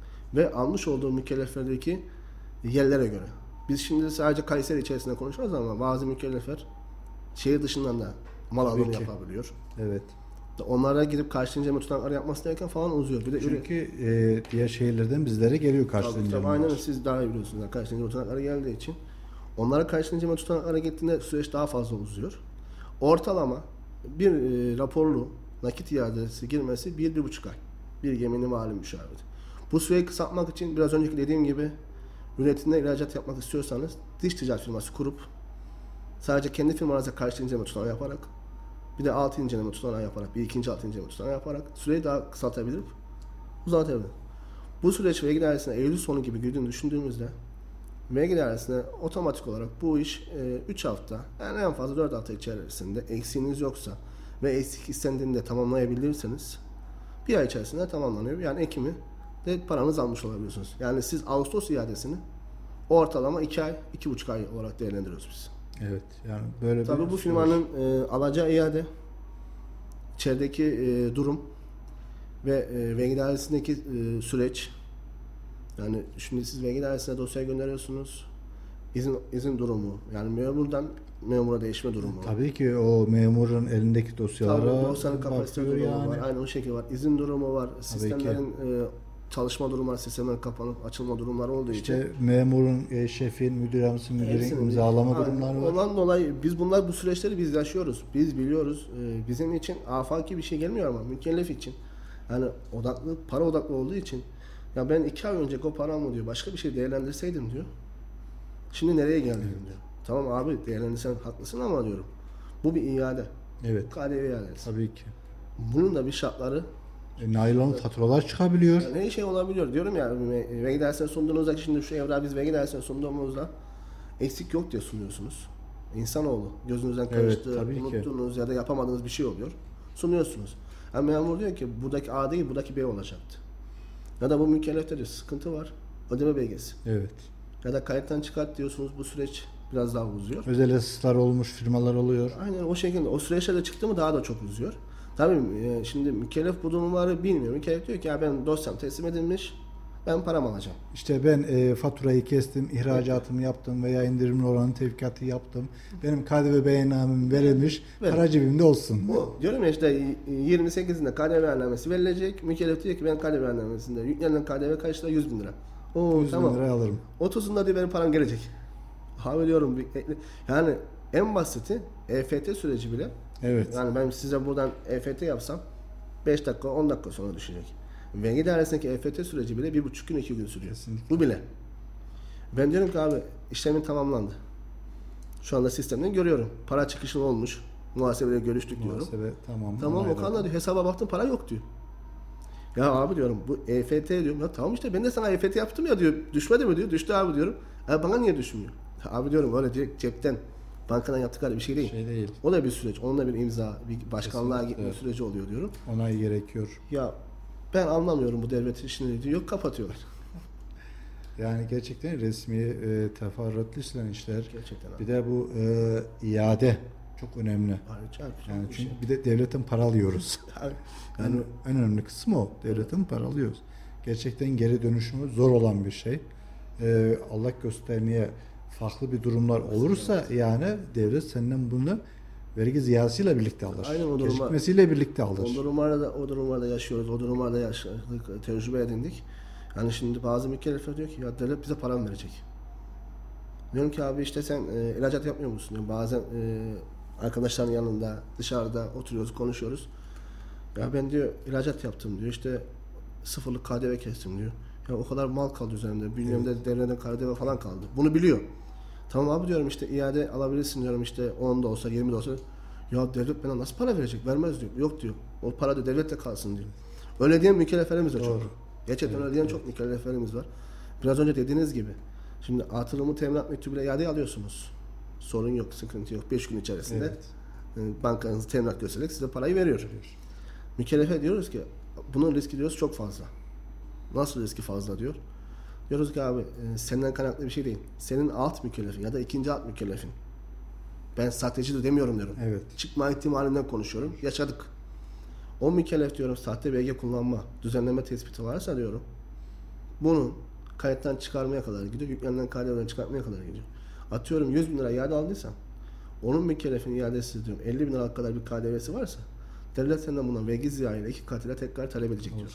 ve almış olduğu mükelleflerdeki yerlere göre. Biz şimdi sadece Kayseri içerisinde konuşuyoruz ama bazı mükellefler şehir dışından da mal alımı yapabiliyor. Evet. Onlara gidip karşı inceleme tutanakları yapması derken falan uzuyor. Bir de Çünkü e, diğer şehirlerden bizlere geliyor karşı tabii, inceleme. Tabii, aynen siz daha iyi biliyorsunuz. Karşı inceleme tutanakları geldiği için. Onlara karşı inceleme tutanakları gittiğinde süreç daha fazla uzuyor. Ortalama bir e, raporlu nakit iadesi girmesi bir, bir buçuk ay. Bir yeminli mali müşavir. Bu süreyi kısaltmak için biraz önceki dediğim gibi üretimde ihracat yapmak istiyorsanız dış ticaret firması kurup sadece kendi firmanıza karşı inceleme tutanağı yaparak bir de altı inceleme tutanağı yaparak, bir ikinci altı inceleme tutanağı yaparak süreyi daha kısaltabilir, uzatabilir. Bu süreç vergi dairesine Eylül sonu gibi girdiğini düşündüğümüzde vergi dairesine otomatik olarak bu iş üç hafta, yani en fazla dört hafta içerisinde eksiğiniz yoksa ve eksik istendiğini de tamamlayabilirseniz bir ay içerisinde tamamlanıyor. Yani Ekim'i de paranız almış olabiliyorsunuz. Yani siz Ağustos iadesini ortalama iki ay, iki buçuk ay olarak değerlendiriyoruz biz. Evet, yani böyle Tabii bu firmanın e, alacağı iade, içerideki e, durum ve e, vergi dairesindeki e, süreç. Yani şimdi siz vergi dairesine dosyayı gönderiyorsunuz. İzin izin durumu, yani memurdan memura değişme durumu. Tabii ki o memurun elindeki dosyalara Tabii dosyanın kapasite durumu yani. var. Aynı o şekilde var. İzin durumu var. Sistemlerin e, çalışma durumu var. Sistemlerin kapanıp açılma durumları olduğu işte için. İşte memurun, e, şefin, müdür yardımcısı, müdürün imzalama Aynen. durumları var. Ondan dolayı biz bunlar bu süreçleri biz yaşıyoruz. Biz biliyoruz. E, bizim için afaki bir şey gelmiyor ama mükellef için. Yani odaklı, para odaklı olduğu için ya ben iki ay önce o paramı diyor başka bir şey değerlendirseydim diyor. Şimdi nereye geldim evet. diyor. Tamam abi değerlendirsen haklısın ama diyorum. Bu bir iade. Evet. K D V iadesi. Tabii ki. Bunun da bir şartları e, naylon faturalar çıkabiliyor. Yani ne şey olabiliyor diyorum ya vergi dairesine sunduğunuzda şimdi şu evrağı biz vergi dairesine sunduğumuzda eksik yok diye sunuyorsunuz. İnsanoğlu gözünüzden karıştı, evet, unuttuğunuz ki. ya da yapamadığınız bir şey oluyor. sunuyorsunuz. Yani memur diyor ki buradaki A değil, buradaki B olacaktı. Ya da bu mükellefte diyor sıkıntı var. Ödeme belgesi. Evet. Ya da kayıttan çıkart diyorsunuz, bu süreç biraz daha uzuyor. Özel esaslar olmuş firmalar oluyor. Aynen o şekilde. O süreçler de çıktı mı daha da çok uzuyor. Tabii e, şimdi mükellef bu durumları bilmiyor. Mükellef diyor ki ya ben dosyam teslim edilmiş, ben paramı alacağım. İşte ben e, faturayı kestim, ihracatımı yaptım veya indirimli oranı tevkikatı yaptım. Benim K D V beyannamem verilmiş, Evet. para cebimde olsun. Bu diyorum ya işte yirmi sekizinde K D V beyannamesi verilecek. Mükellef diyor ki ben K D V beyannamesinde yüklenen K D V kaç lira? yüz bin lira. Oo, yüz tamam. bin liraya alırım. otuzunda diyor benim param gelecek. Abi diyorum yani en basiti E F T süreci bile. Evet. Yani ben size buradan E F T yapsam beş dakika on dakika sonra düşecek. Vergi dairesindeki E F T süreci bile bir buçuk gün iki gün sürüyor. Kesinlikle. Bu bile. Ben diyorum ki abi işlemin tamamlandı. Şu anda sistemden görüyorum. Para çıkışın olmuş. Muhasebeyle görüştük diyorum. Muhasebe tamam. Tamam o kadar diyor. Hesaba baktım para yok diyor. Ya abi diyorum bu E F T diyorum. Ya tamam işte ben de sana E F T yaptım ya diyor. Düşmedi mi diyor. Düştü abi diyorum. Ya bana niye düşmüyor? Abi diyorum öyle direkt cepten bankadan yaptıkları bir şey değil. Şey değil. O da bir süreç. Onun da bir imza, bir başkanlığa Kesinlikle. gitme süreci oluyor diyorum. Onay gerekiyor. Ya ben anlamıyorum bu devlet işini diyor. Kapatıyorlar. Yani gerçekten resmi e, teferruatlı işlenen işler. Gerçekten abi. Bir de bu e, iade çok önemli. Ayrıca Yani bir çünkü şey. bir de devletten para alıyoruz. Yani, Yani en önemli kısmı o. Devletten para alıyoruz. Gerçekten geri dönüşümü zor olan bir şey. Ee, Allah göstermeye farklı bir durumlar olursa yani devlet senden bunu vergi ziyadesiyle birlikte alır. Aynen o duruma- Gecikmesiyle birlikte o alır. durumlarda o durumlarda yaşıyoruz. O durumlarda yaşadık, tecrübe edindik. Yani şimdi bazı mükellefler diyor ki ya devlet bize para mı verecek? Diyorum ki abi işte sen e, ihracat yapmıyor musun? Diyorum. Bazen e, arkadaşların yanında dışarıda oturuyoruz, konuşuyoruz. Ya ben diyor ihracat yaptım diyor. İşte sıfırlık K D V kestim diyor. Ya o kadar mal kaldı üzerimde. Bünyemde devletten K D V falan kaldı. Bunu biliyor. Tamam abi diyorum işte iade alabilirsin diyorum işte on da olsa yirmi de olsa. Ya devlet bana nasıl para verecek? Vermez diyor. Yok diyor. O para da devlette kalsın diyor. Öyle diyen mükelleflerimiz de çok. Doğru. Gerçekten Evet, öyle diyen evet. çok mükelleflerimiz var. Biraz önce dediğiniz gibi. Şimdi artırımı teminat mektubuyla iade alıyorsunuz. Sorun yok, sıkıntı yok. beş gün içerisinde Evet. e, bankanız teminat göstererek size parayı veriyor. Mükellefe diyoruz ki bunun riski diyoruz çok fazla. Nasıl riski fazla diyor. Diyoruz ki abi e, senden kaynaklı bir şey değil. Senin alt mükellefin ya da ikinci alt mükellefin. Ben sahteci de demiyorum diyorum. Evet. Çıkma ihtimalinden konuşuyorum. Yaşadık. O mükellef diyorum sahte belge kullanma, düzenleme tespiti varsa diyorum. Bunun kayıttan çıkarmaya kadar gidiyor. Yüklenen K D V'den çıkartmaya kadar gidiyor. Atıyorum yüz bin lira iade aldıysan onun mükellefin iadesi diyorum elli bin lira kadar bir K D V'si varsa devlet senden bundan vergi ziyayla iki katıyla tekrar talep edecek diyor.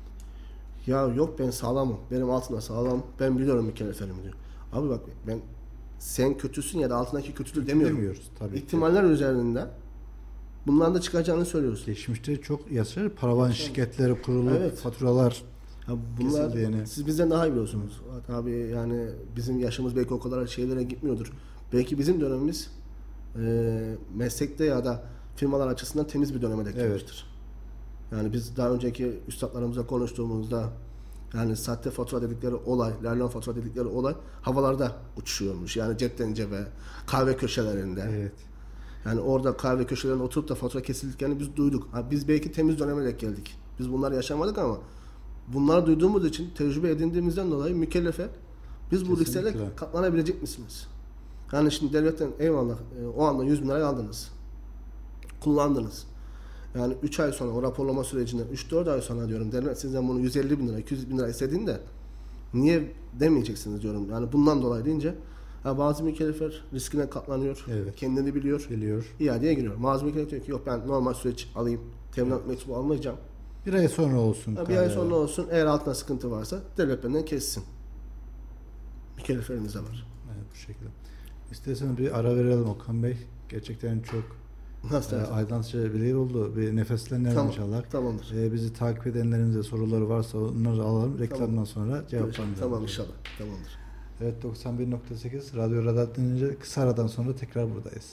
Ya yok ben sağlamım. Benim altında sağlam. Ben biliyorum mükelleflerimi diyor. Abi bak ben sen kötüsün ya da altındaki kötüdür demiyorum. Demiyoruz tabii. İhtimaller üzerinden bunların da çıkacağını söylüyoruz. Geçmişte çok yaşar paravan şirketleri kurulup Evet. faturalar Ya bunlar kesildi yani. siz bizden daha iyi biliyorsunuz. Abi yani bizim yaşımız belki o kadar şeylere gitmiyordur. Belki bizim dönemimiz e, meslekte ya da firmalar açısından temiz bir döneme denk gelmiştir. Yani biz daha önceki üstadlarımızla konuştuğumuzda yani sahte fatura dedikleri olay, lalon fatura dedikleri olay havalarda uçuşuyormuş. Yani cepten cebe, kahve köşelerinde. Evet. Yani orada kahve köşelerinde oturup da fatura kesildiklerini biz duyduk. Ha, biz belki temiz döneme denk geldik. Biz bunları yaşamadık ama bunları duyduğumuz için tecrübe edindiğimizden dolayı mükellefe biz bu Kesinlikle. risklere katlanabilecek misiniz? Yani şimdi devletten eyvallah e, o anda yüz bin lirayı aldınız. Kullandınız. Yani üç ay sonra o raporlama sürecinden üç dört ay sonra diyorum devlet sizden bunu yüz elli bin lira, iki yüz bin lira istediğinde niye demeyeceksiniz diyorum. Yani bundan dolayı deyince ya bazı mükellefler riskine katlanıyor. Evet. Kendini biliyor. Biliyor. İadeye giriyor. Bazı mükellef diyor ki yok ben normal süreç alayım. Teminat mektubu almayacağım. Bir ay sonra olsun. Ha, bir ay sonra olsun. Eğer altında sıkıntı varsa devlet benden kessin. Mükelleflerimiz de var. Evet, bu şekilde. İsterseniz bir ara verelim Okan Bey. Gerçekten çok Nasıl? e, aydınlatıcı bir yer oldu. Bir nefeslenelim Tamam, inşallah. tamamdır. E, bizi takip edenlerimize soruları varsa onları alalım. Reklamdan sonra cevaplandıralım. Tamam inşallah. Tamamdır. Evet, doksan bir nokta sekiz Radyo Radar dinleyince kısa aradan sonra tekrar buradayız.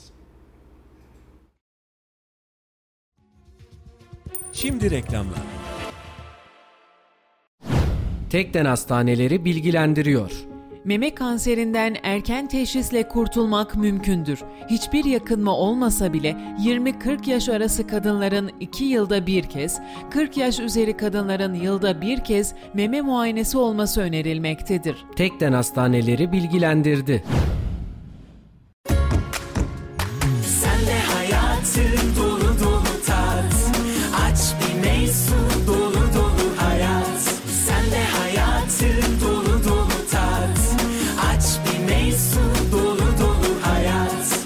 Şimdi reklamlar. Tekden Hastaneleri bilgilendiriyor. Meme kanserinden erken teşhisle kurtulmak mümkündür. Hiçbir yakınma olmasa bile yirmi kırk yaş arası kadınların iki yılda bir kez, kırk yaş üzeri kadınların yılda bir kez meme muayenesi olması önerilmektedir. Tekden hastaneleri bilgilendirdi. Sen de hayatın dolu dolu tat. Aç bir meysu dolu dolu hayat. Sen de hayatın dolu dolu tat. Aç bir meysu dolu dolu hayat.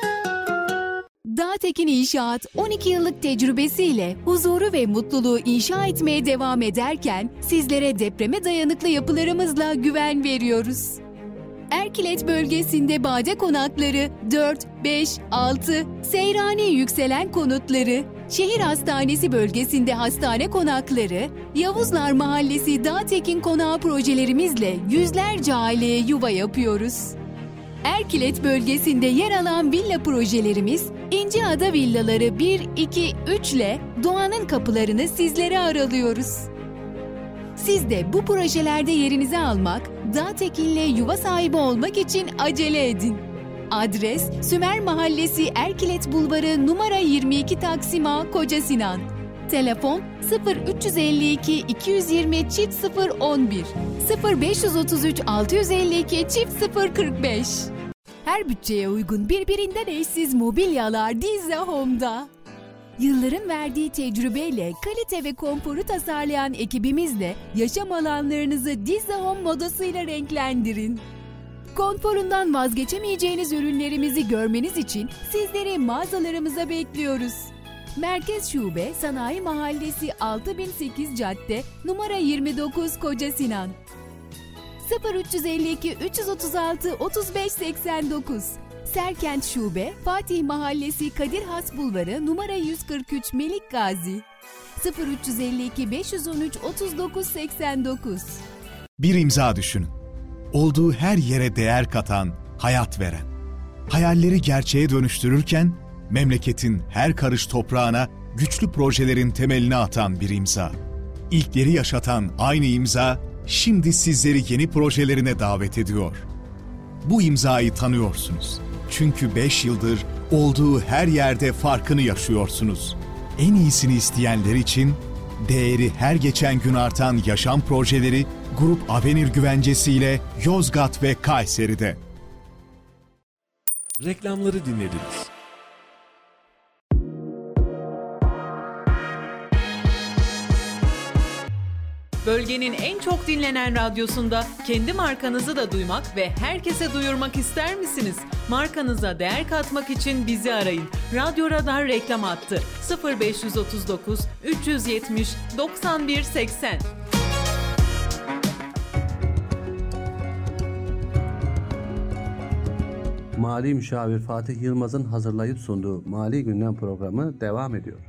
Dağtekin İnşaat on iki yıllık tecrübesiyle huzuru ve mutluluğu inşa etmeye devam ederken sizlere depreme dayanıklı yapılarımızla güven veriyoruz. Erkilet bölgesinde bade konakları dört, beş, altı, Seyrani yükselen konutları, şehir hastanesi bölgesinde hastane konakları, Yavuzlar Mahallesi Dağtekin Konağı projelerimizle yüzlerce aileye yuva yapıyoruz. Erkilet bölgesinde yer alan villa projelerimiz İnciada Villaları bir, iki, üç ile doğanın kapılarını sizlere aralıyoruz. Siz de bu projelerde yerinizi almak, Dağtekin'le yuva sahibi olmak için acele edin. Adres Sümer Mahallesi Erkilet Bulvarı numara yirmi iki Taksim A, Koca Sinan. Telefon sıfır üç elli iki iki yüz yirmi çift sıfır on bir, sıfır beş otuz üç altı yüz elli iki çift sıfır kırk beş. Her bütçeye uygun birbirinden eşsiz mobilyalar Dizza Home'da. Yılların verdiği tecrübeyle kalite ve konforu tasarlayan ekibimizle yaşam alanlarınızı Dizza Home modasıyla renklendirin. Konforundan vazgeçemeyeceğiniz ürünlerimizi görmeniz için sizleri mağazalarımıza bekliyoruz. Merkez Şube Sanayi Mahallesi altı bin sekiz Cadde numara yirmi dokuz Koca Sinan. sıfır üç elli iki üç yüz otuz altı otuz beş seksen dokuz. Serkent Şube Fatih Mahallesi Kadir Has Bulvarı numara yüz kırk üç Melik Gazi. sıfır üç elli iki beş yüz on üç otuz dokuz seksen dokuz. Bir imza düşünün. Olduğu her yere değer katan, hayat veren. Hayalleri gerçeğe dönüştürürken memleketin her karış toprağına güçlü projelerin temelini atan bir imza. İlkleri yaşatan aynı imza şimdi sizleri yeni projelerine davet ediyor. Bu imzayı tanıyorsunuz. Çünkü beş yıldır olduğu her yerde farkını yaşıyorsunuz. En iyisini isteyenler için değeri her geçen gün artan yaşam projeleri Grup Avenir güvencesiyle Yozgat ve Kayseri'de. Reklamları dinlediniz. Bölgenin en çok dinlenen radyosunda kendi markanızı da duymak ve herkese duyurmak ister misiniz? Markanıza değer katmak için bizi arayın. Radyo Radar reklam hattı sıfır beş otuz dokuz üç yetmiş doksan bir seksen. Mali Müşavir Fatih Yılmaz'ın hazırlayıp sunduğu Mali Gündem programı devam ediyor.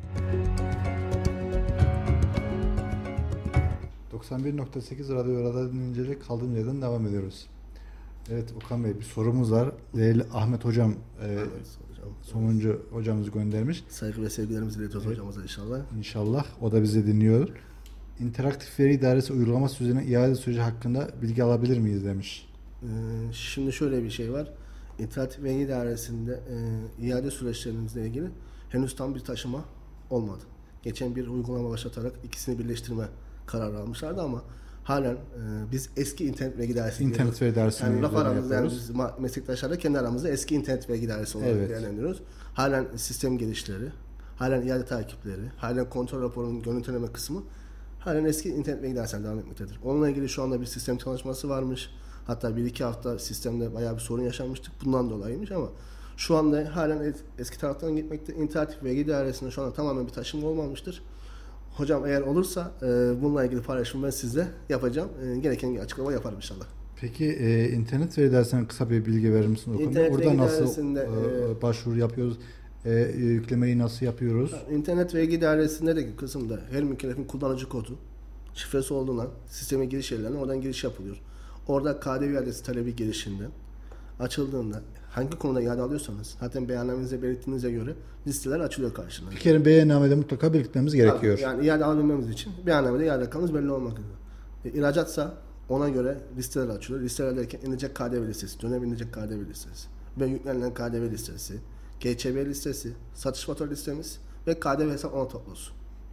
doksan bir nokta sekiz Radyo Radar dinleyicileri kaldığımız yerden devam ediyoruz. Evet Okan Bey, bir sorumuz var. Değerli Ahmet Hocam, e, Evet, hocam. sonuncu hocamızı göndermiş. Saygı ve sevgilerimizi iletiyoruz Evet. hocamıza inşallah. İnşallah o da bizi dinliyor. İnteraktif Veri İdaresi uygulama sürecine iade süreci hakkında bilgi alabilir miyiz demiş. Ee, şimdi şöyle bir şey var. İnteraktif Veri İdaresi'nde e, iade süreçlerinizle ilgili henüz tam bir taşıma olmadı. Geçen bir uygulama başlatarak ikisini birleştirme kararı almışlardı ama halen e, biz eski internet vergi dairesi İnternet Veri İdaresi'ne yani laf aramızda yani yapıyoruz. biz ma- meslektaşlarla kendi aramızda eski internet vergi dairesi olarak Evet. değerlendiriyoruz. Halen sistem gelişleri, halen iade takipleri, halen kontrol raporunun görüntüleme kısmı halen eski internet vergi dairesinden devam etmektedir. Onunla ilgili şu anda bir sistem çalışması varmış. Hatta bir iki hafta sistemde bayağı bir sorun yaşanmıştık. Bundan dolayıymış ama şu anda halen eski taraftan gitmekte. İnteraktif vergi dairesinde şu anda tamamen bir taşınma olmamıştır. Hocam eğer olursa e, bununla ilgili paylaşımı ben sizle yapacağım. E, gereken açıklama yaparım inşallah. Peki e, internet veri idaresinden kısa bir bilgi verir misin Okan Bey? İnternet Orada Veri nasıl İdaresi'nde, e, e, başvuru yapıyoruz? E, yüklemeyi nasıl yapıyoruz? İnternet vergi dairesindeki kısımda her mükellefin kullanıcı kodu, şifresi olduğundan sisteme giriş yerlerine oradan giriş yapılıyor. Orada K D V adresi talebi girişinden açıldığında hangi konuda iade alıyorsanız zaten beyannaменizde belirttiğinize göre listeler açılıyor karşınıza. Bir kere beyannamede mutlaka belirtmemiz gerekiyor. Tabii, yani iade alabilmemiz için beyannamede iade rakamımız belli olmak üzere. E, İhracatsa ona göre listeler açılıyor. Listeler derken inecek K D V listesi, dönem inecek K D V listesi ve yüklenilen K D V listesi, G Ç B listesi, satış fatura listemiz ve K D V hesaplama tablosu.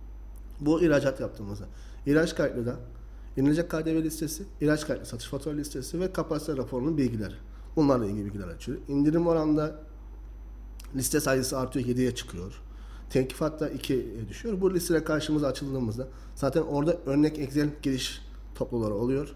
Bu ihracat yaptığımızda. İhraç kayıtlı da inilecek K D V listesi, ihraç kayıtlı satış fatura listesi ve kapasite raporunun bilgileri. Bunlarla ilgili bilgiler açıyor. İndirim oranında liste sayısı artıyor, yediye çıkıyor. Tenkifat da ikiye düşüyor. Bu listeler karşımıza açıldığımızda zaten orada örnek Excel giriş tabloları oluyor.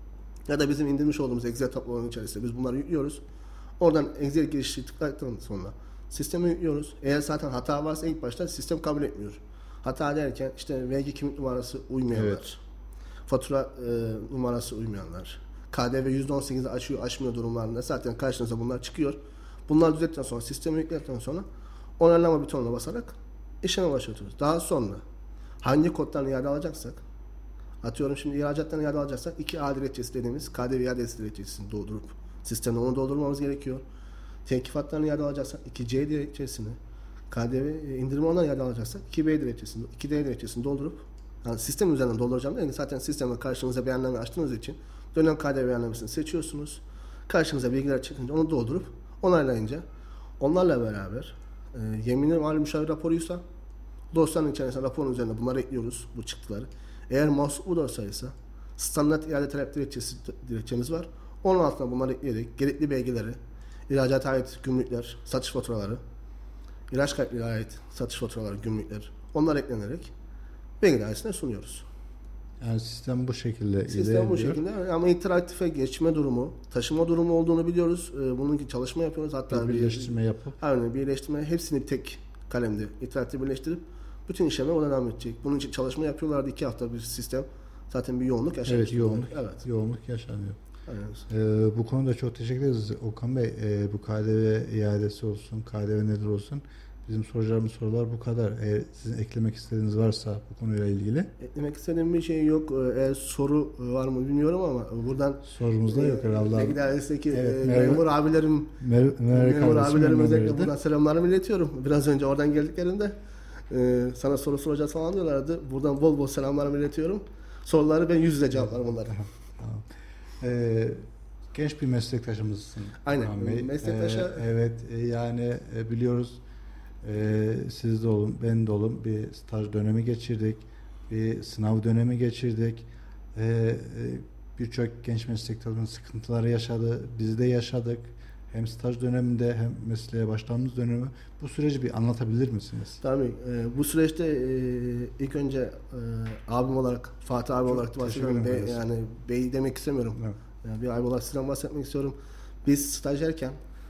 Ya da bizim indirmiş olduğumuz Excel tablolarının içerisinde biz bunları yüklüyoruz. Oradan Excel girişi tıkladıktan sonra sisteme yüklüyoruz. Eğer zaten hata varsa ilk başta sistem kabul etmiyor. Hata derken işte vergi kimlik numarası uymayanlar, evet. fatura e, numarası uymayanlar, K D V yüzde on sekizi aşıyor aşmıyor durumlarında zaten karşınıza bunlar çıkıyor. Bunlar düzelttikten sonra, sisteme yükledikten sonra onaylama butonuna basarak işleme başlatıyoruz. Daha sonra hangi koddan iade alacaksak, atıyorum şimdi ihracattan iade alacaksak iki A dilekçesi dediğimiz K D V iadesi dilekçesini doldurup sistemde onu doldurmamız gerekiyor. Tenkifattan iade alacaksak iki C dilekçesini, K D V indirme oranından iade alacaksak iki B dilekçesini, iki D dilekçesini doldurup yani sistem üzerinden dolduracağım değil mi? Zaten sistemde karşınıza beyanname açtığınız için dönem K D V beyannamesini seçiyorsunuz. Karşınıza bilgiler çıkınca onu doldurup onaylayınca onlarla beraber e, yeminli mali müşavir raporuysa dosyanın içerisinde raporun üzerinde bunları ekliyoruz, bu çıktıları. Eğer mahsup dosyaysa standart iade talep dilekçesi, dilekçemiz var. Onun altına bunları ekleyerek gerekli belgeleri, ihracata ait gümrükler, satış faturaları, ihraç kayıtlarına ait satış faturaları, gümrükler, onlar eklenerek belge dairesine sunuyoruz. Yani sistem bu şekilde Sistem bu şekilde ama interaktife geçme durumu, taşıma durumu olduğunu biliyoruz. Bunun için çalışma yapıyoruz. Hatta bir birleştirme bir, yapıp. Aynen birleştirme. Hepsini bir tek kalemde interaktif birleştirip bütün işlemler oradan devam edecek. Bunun için çalışma yapıyorlardı. iki hafta bir sistem. Zaten bir yoğunluk yaşanıyor. Evet yoğunluk, evet. yoğunluk yaşanıyor. Ee, bu konuda çok teşekkür ederiz Okan Bey. Ee, bu K D V iadesi olsun, K D V nedir olsun. Bizim soracağımız sorular bu kadar. Eğer sizin eklemek istediğiniz varsa bu konuyla ilgili. Eklemek istediğim bir şey yok. Eğer soru var mı bilmiyorum ama buradan sorumuz da e, yok herhalde. Vergi dairesindeki evet, e, memur abilerim mer- mer- memur abilerim özellikle buradan selamlarımı iletiyorum. Biraz önce oradan geldiklerinde e, sana soru soracağız falan diyorlardı. Buradan bol bol selamlarımı iletiyorum. Soruları ben yüz yüze cevaplarım onlara. Tamam. Ee, genç bir meslektaşımızsın. Aynen. Meslektaşa. Ee, evet yani e, biliyoruz. Ee, siz de olun, ben de olun. Bir staj dönemi geçirdik. Bir sınav dönemi geçirdik. Ee, Birçok genç meslektaşımız sıkıntıları yaşadı. Biz de yaşadık. Hem staj döneminde hem mesleğe başladığımız dönemi. Bu süreci bir anlatabilir misiniz? Tabii. E, bu süreçte e, ilk önce e, abim olarak, Fatih abi Çok olarak bahsediyorum. Bey, yani bey demek istemiyorum. Evet. Yani bir abi olarak sizden bahsetmek istiyorum. Biz stajyerken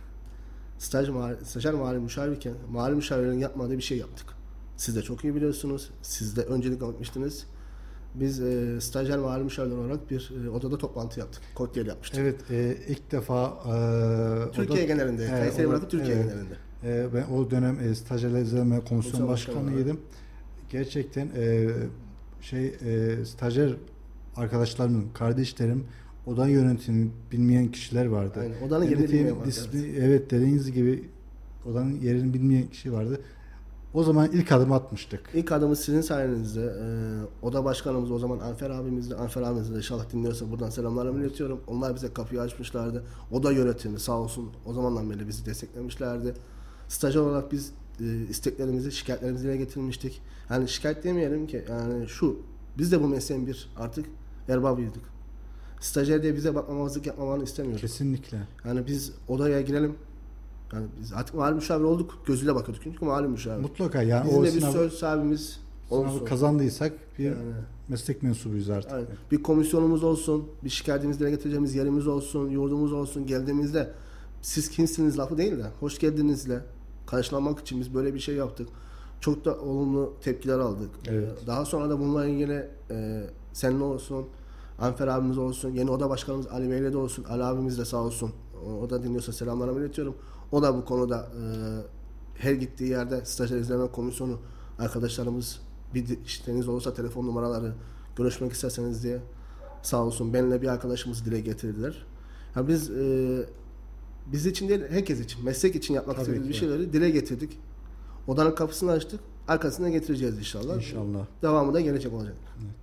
Staj mali, stajyer mali müşavirken mali müşavirlerin yapmadığı bir şey yaptık. Siz de çok iyi biliyorsunuz. Siz de öncelik almıştınız. Biz e, stajyer mali müşavirler olarak bir e, odada toplantı yaptık. Kokteyl yapmıştık. Evet, e, ilk defa e, Türkiye oda, genelinde, Kayseri bırakıp Türkiye evet, genelinde. E, ben o dönem e, stajyerler izleme komisyon başkanıydım. Gerçekten e, şey e, stajyer arkadaşlarımın, kardeşlerim oda yönetimini bilmeyen kişiler vardı. Aynen, odanın yerini bilmeyen vardı. Evet. evet dediğiniz gibi odanın yerini bilmeyen kişi vardı. O zaman ilk adım atmıştık. İlk adımı sizin sayenizde. Ee, oda başkanımız o zaman Anfer abimizdi. Anfer abimiz de inşallah dinliyorsa buradan selamlarımı iletiyorum. Onlar bize kapıyı açmışlardı. Oda yönetimi sağ olsun o zamandan beri bizi desteklemişlerdi. Stajyer olarak biz e, isteklerimizi, şikayetlerimizi dile getirmiştik. Yani şikayet demeyelim ki yani şu biz de bu mesleğin bir artık erbabıydık. Stajyer diye bize bakmamazlık yapmamanı istemiyoruz. Kesinlikle. Yani biz odaya girelim. Yani biz artık mali müşavir olduk. Gözüyle bakıyorduk çünkü mali müşavir. Mutlaka yani. Bizim o de bir sınav, söz sahibimiz olsun. Kazandıysak bir yani, meslek mensubuyuz artık. Yani. Bir komisyonumuz olsun. Bir şikayetimizi dile getireceğimiz yerimiz olsun. Yurdumuz olsun. Geldiğimizde siz kimsiniz lafı değil de hoş geldinizle karşılamak için biz böyle bir şey yaptık. Çok da olumlu tepkiler aldık. Evet. Daha sonra da bununla ilgili e, seninle olsun, Anfer abimiz olsun, yeni oda başkanımız Ali Bey'le de olsun, Ali abimiz de sağ olsun. O da dinliyorsa selamlarımı iletiyorum. O da bu konuda e, her gittiği yerde stajyer izleme komisyonu arkadaşlarımız bir işleriniz olursa telefon numaraları görüşmek isterseniz diye sağ olsun benimle bir arkadaşımız dile getirdiler. Ya biz e, biz için değil herkes için, meslek için yapmak Tabii istediğimiz bir şeyleri dile getirdik. Odanın kapısını açtık. Arkasına getireceğiz inşallah. İnşallah. Devamı da gelecek olacak. Evet.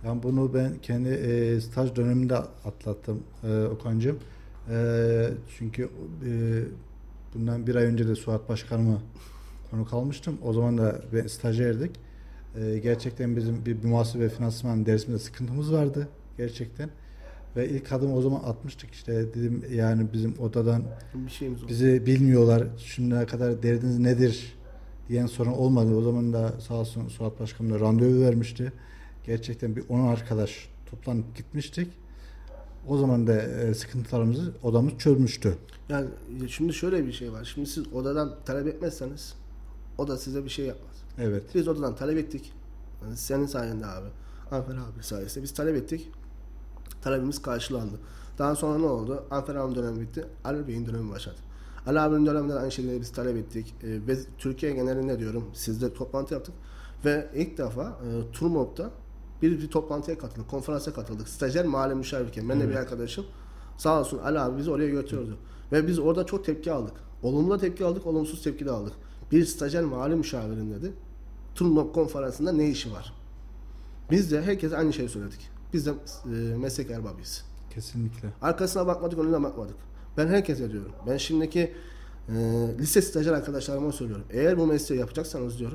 Yani bunu ben kendi e, staj döneminde atlattım e, Okan'cığım. E, çünkü e, bundan bir ay önce de Suat Başkanım'a konuk almıştım. O zaman da ben stajyerdik. E, gerçekten bizim bir muhasebe ve finansman dersimizde sıkıntımız vardı. Gerçekten. Ve ilk adımı o zaman atmıştık işte dedim yani bizim odadan Bir şeyimiz oldu. bizi bilmiyorlar. Şimdiye kadar derdiniz nedir diyen sorun olmadı. O zaman da sağ olsun Suat Başkanım da randevu vermişti. Gerçekten bir on arkadaş toplanıp gitmiştik. O zaman da e, sıkıntılarımızı odamız çözmüştü. Yani şimdi şöyle bir şey var. Şimdi siz odadan talep etmezseniz o da size bir şey yapmaz. Evet. Biz odadan talep ettik. Yani senin sayende abi. Anfer abi sayesinde biz talep ettik. Talebimiz karşılandı. Daha sonra ne oldu? Anfer abinin dönemi bitti. Ali Bey'in dönemi başladı. Ali abinin döneminde aynı şekilde biz talep ettik. E, ve Türkiye genelinde diyorum sizle toplantı yaptık. Ve ilk defa e, Turmop'ta bir, bir toplantıya katıldık. Konferansa katıldık. Stajyer mali müşavirken. Ben de bir arkadaşım. Sağ olsun Ali abi bizi oraya götürüyordu. Ve biz orada çok tepki aldık. Olumlu da tepki aldık, olumsuz tepki de aldık. Bir stajyer mali müşavirin dedi. Turmop konferansında ne işi var? Biz de herkese aynı şeyi söyledik. Biz de e, meslek erbabıyız. Kesinlikle. Arkasına bakmadık, önüne bakmadık. Ben herkese diyorum. Ben şimdiki e, lise stajyer arkadaşlarıma söylüyorum. Eğer bu mesleği yapacaksanız diyorum,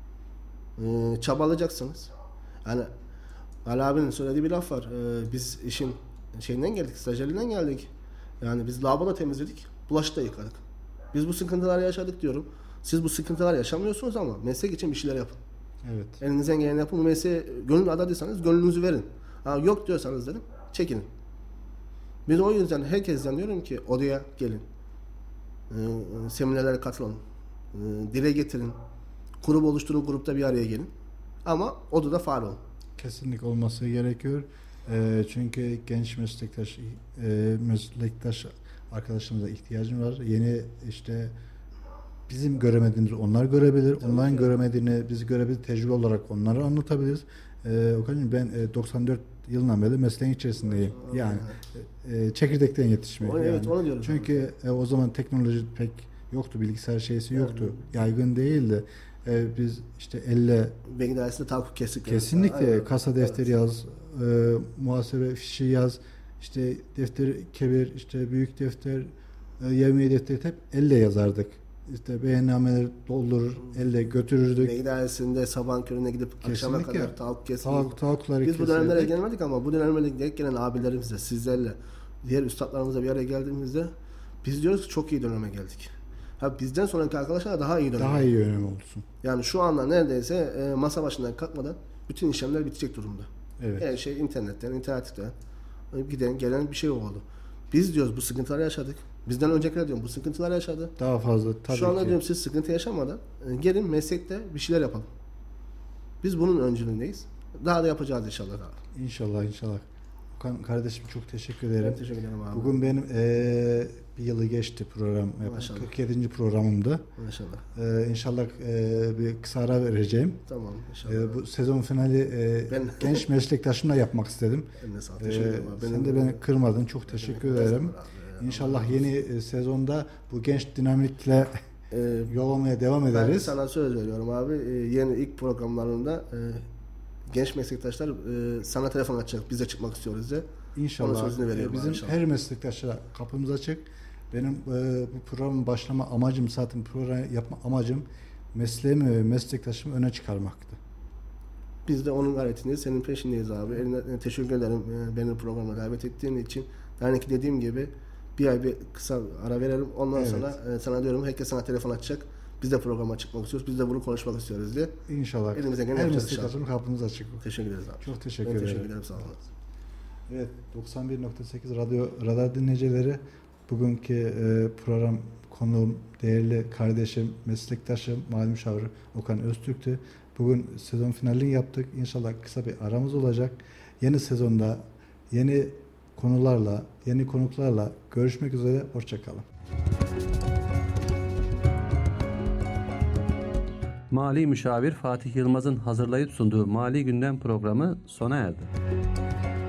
e, çabalayacaksınız. Yani Ali abinin söylediği bir laf var. E, biz işin şeyinden geldik, stajyerliğinden geldik. Yani biz lavabo temizledik, bulaşık da yıkadık. Biz bu sıkıntıları yaşadık diyorum. Siz bu sıkıntıları yaşamıyorsunuz ama meslek için bir şeyler yapın. Evet. Elinizden geleni yapın. Bu mesleğe gönül adadıysanız gönlünüzü verin. Ha, yok diyorsanız dedim, çekinin. Biz o yüzden herkesten diyorum ki odaya gelin. Ee, seminerlere katılın. Ee, dile getirin. Grup oluşturun, grupta bir araya gelin. Ama odada faal olun. Kesinlikle olması gerekiyor. E, çünkü genç meslektaş e, meslektaş arkadaşlarımıza ihtiyacım var. Yeni işte bizim göremediğimizi onlar görebilir. Tabii onların ki. Göremediğini biz görebilir. Tecrübe olarak onları anlatabiliriz. Ee, Okan'cığım ben e, doksan dört yılından beri mesleğin içerisindeyim. Yani e, çekirdekten yetişmiyor. O, evet yani. onu diyorum. Çünkü e, o zaman teknoloji pek yoktu. Bilgisayar şeysi yoktu. Yani. Yaygın değildi. E, biz işte elle Vergi dairesinde tahakkuk kestik. kesinlikle Aynen. kasa defteri evet. yaz, e, muhasebe fişi yaz, işte defter kebir, işte büyük defter, e, yemeği defteri hep elle yazardık. İşte beyannameleri doldurur, elle götürürdük. Vergi dairesinde sabahın körüne gidip kesinlikle. Akşama kadar tahakkuk kesmek. Tahakkukları Biz bu dönemlere gelmedik ama bu dönemlere denk gelen abilerimizle, sizlerle, diğer üstadlarımızla bir araya geldiğimizde biz diyoruz ki çok iyi döneme geldik. Ha, bizden sonraki arkadaşlar daha iyi dönem. Daha iyi dönem olsun. Yani şu anda neredeyse e, masa başından kalkmadan bütün işlemler bitecek durumda. Evet. Her şey internetten, internetten giden gelen bir şey oldu. Biz diyoruz bu sıkıntıları yaşadık. Bizden öncekiler diyorum bu sıkıntıları yaşadı. Daha fazla tabii Şu anda ki. diyorum siz sıkıntı yaşamadan e, gelin meslekte bir şeyler yapalım. Biz bunun öncülüğündeyiz. Daha da yapacağız inşallah abi. İnşallah inşallah. Okan kardeşim çok teşekkür ederim. Ben teşekkür ederim abi. Bugün benim e, bir yılı geçti program. Maşallah. kırk yedinci programımdı. Maşallah. E, inşallah e, bir kısa ara vereceğim. Tamam inşallah. E, bu sezon finali e, Ben- genç meslektaşımla yapmak istedim. Ben de sağ ol. E, Teşekkür ederim abi. sen Benim- de beni kırmadın. Çok teşekkür Benim- ederim. Abi, İnşallah yeni e, sezonda bu genç dinamikle Ee, yol almaya devam Ben ederiz. sana söz veriyorum abi. Ee, yeni ilk programlarında e, genç meslektaşlar e, sana telefon açacak. Biz de çıkmak istiyoruz de. Onun İnşallah. sözünü veriyorum E, Bizim abi inşallah. her meslektaşa kapımız açık. Benim e, bu programın başlama amacım zaten program yapma amacım mesleğimi ve meslektaşımı öne çıkarmaktı. Biz de onun gayretindeyiz. Senin peşindeyiz abi. Eline teşekkür ederim e, beni programa davet ettiğin için. Yani ki dediğim gibi bir ay bir kısa ara verelim. Ondan Evet. sonra e, sana diyorum herkes sana telefon açacak. Biz de programa çıkmak istiyoruz. Biz de bunu konuşmak istiyoruz diye. İnşallah. Elimizden geleni her yapacağız meslektaşımın kapımız açık. Teşekkür ederiz abi. Çok teşekkür ben ederim. teşekkür ederim. Sağ olun. Evet, doksan bir nokta sekiz Radyo Radar dinleyicileri, bugünkü e, program konuğum, değerli kardeşim, meslektaşım, mali müşavir Okan Öztürk'tü. Bugün sezon finalini yaptık. İnşallah kısa bir aramız olacak. Yeni sezonda yeni konularla, yeni konuklarla görüşmek üzere. Hoşça kalın. Mali müşavir Fatih Yılmaz'ın hazırlayıp sunduğu Mali Gündem programı sona erdi.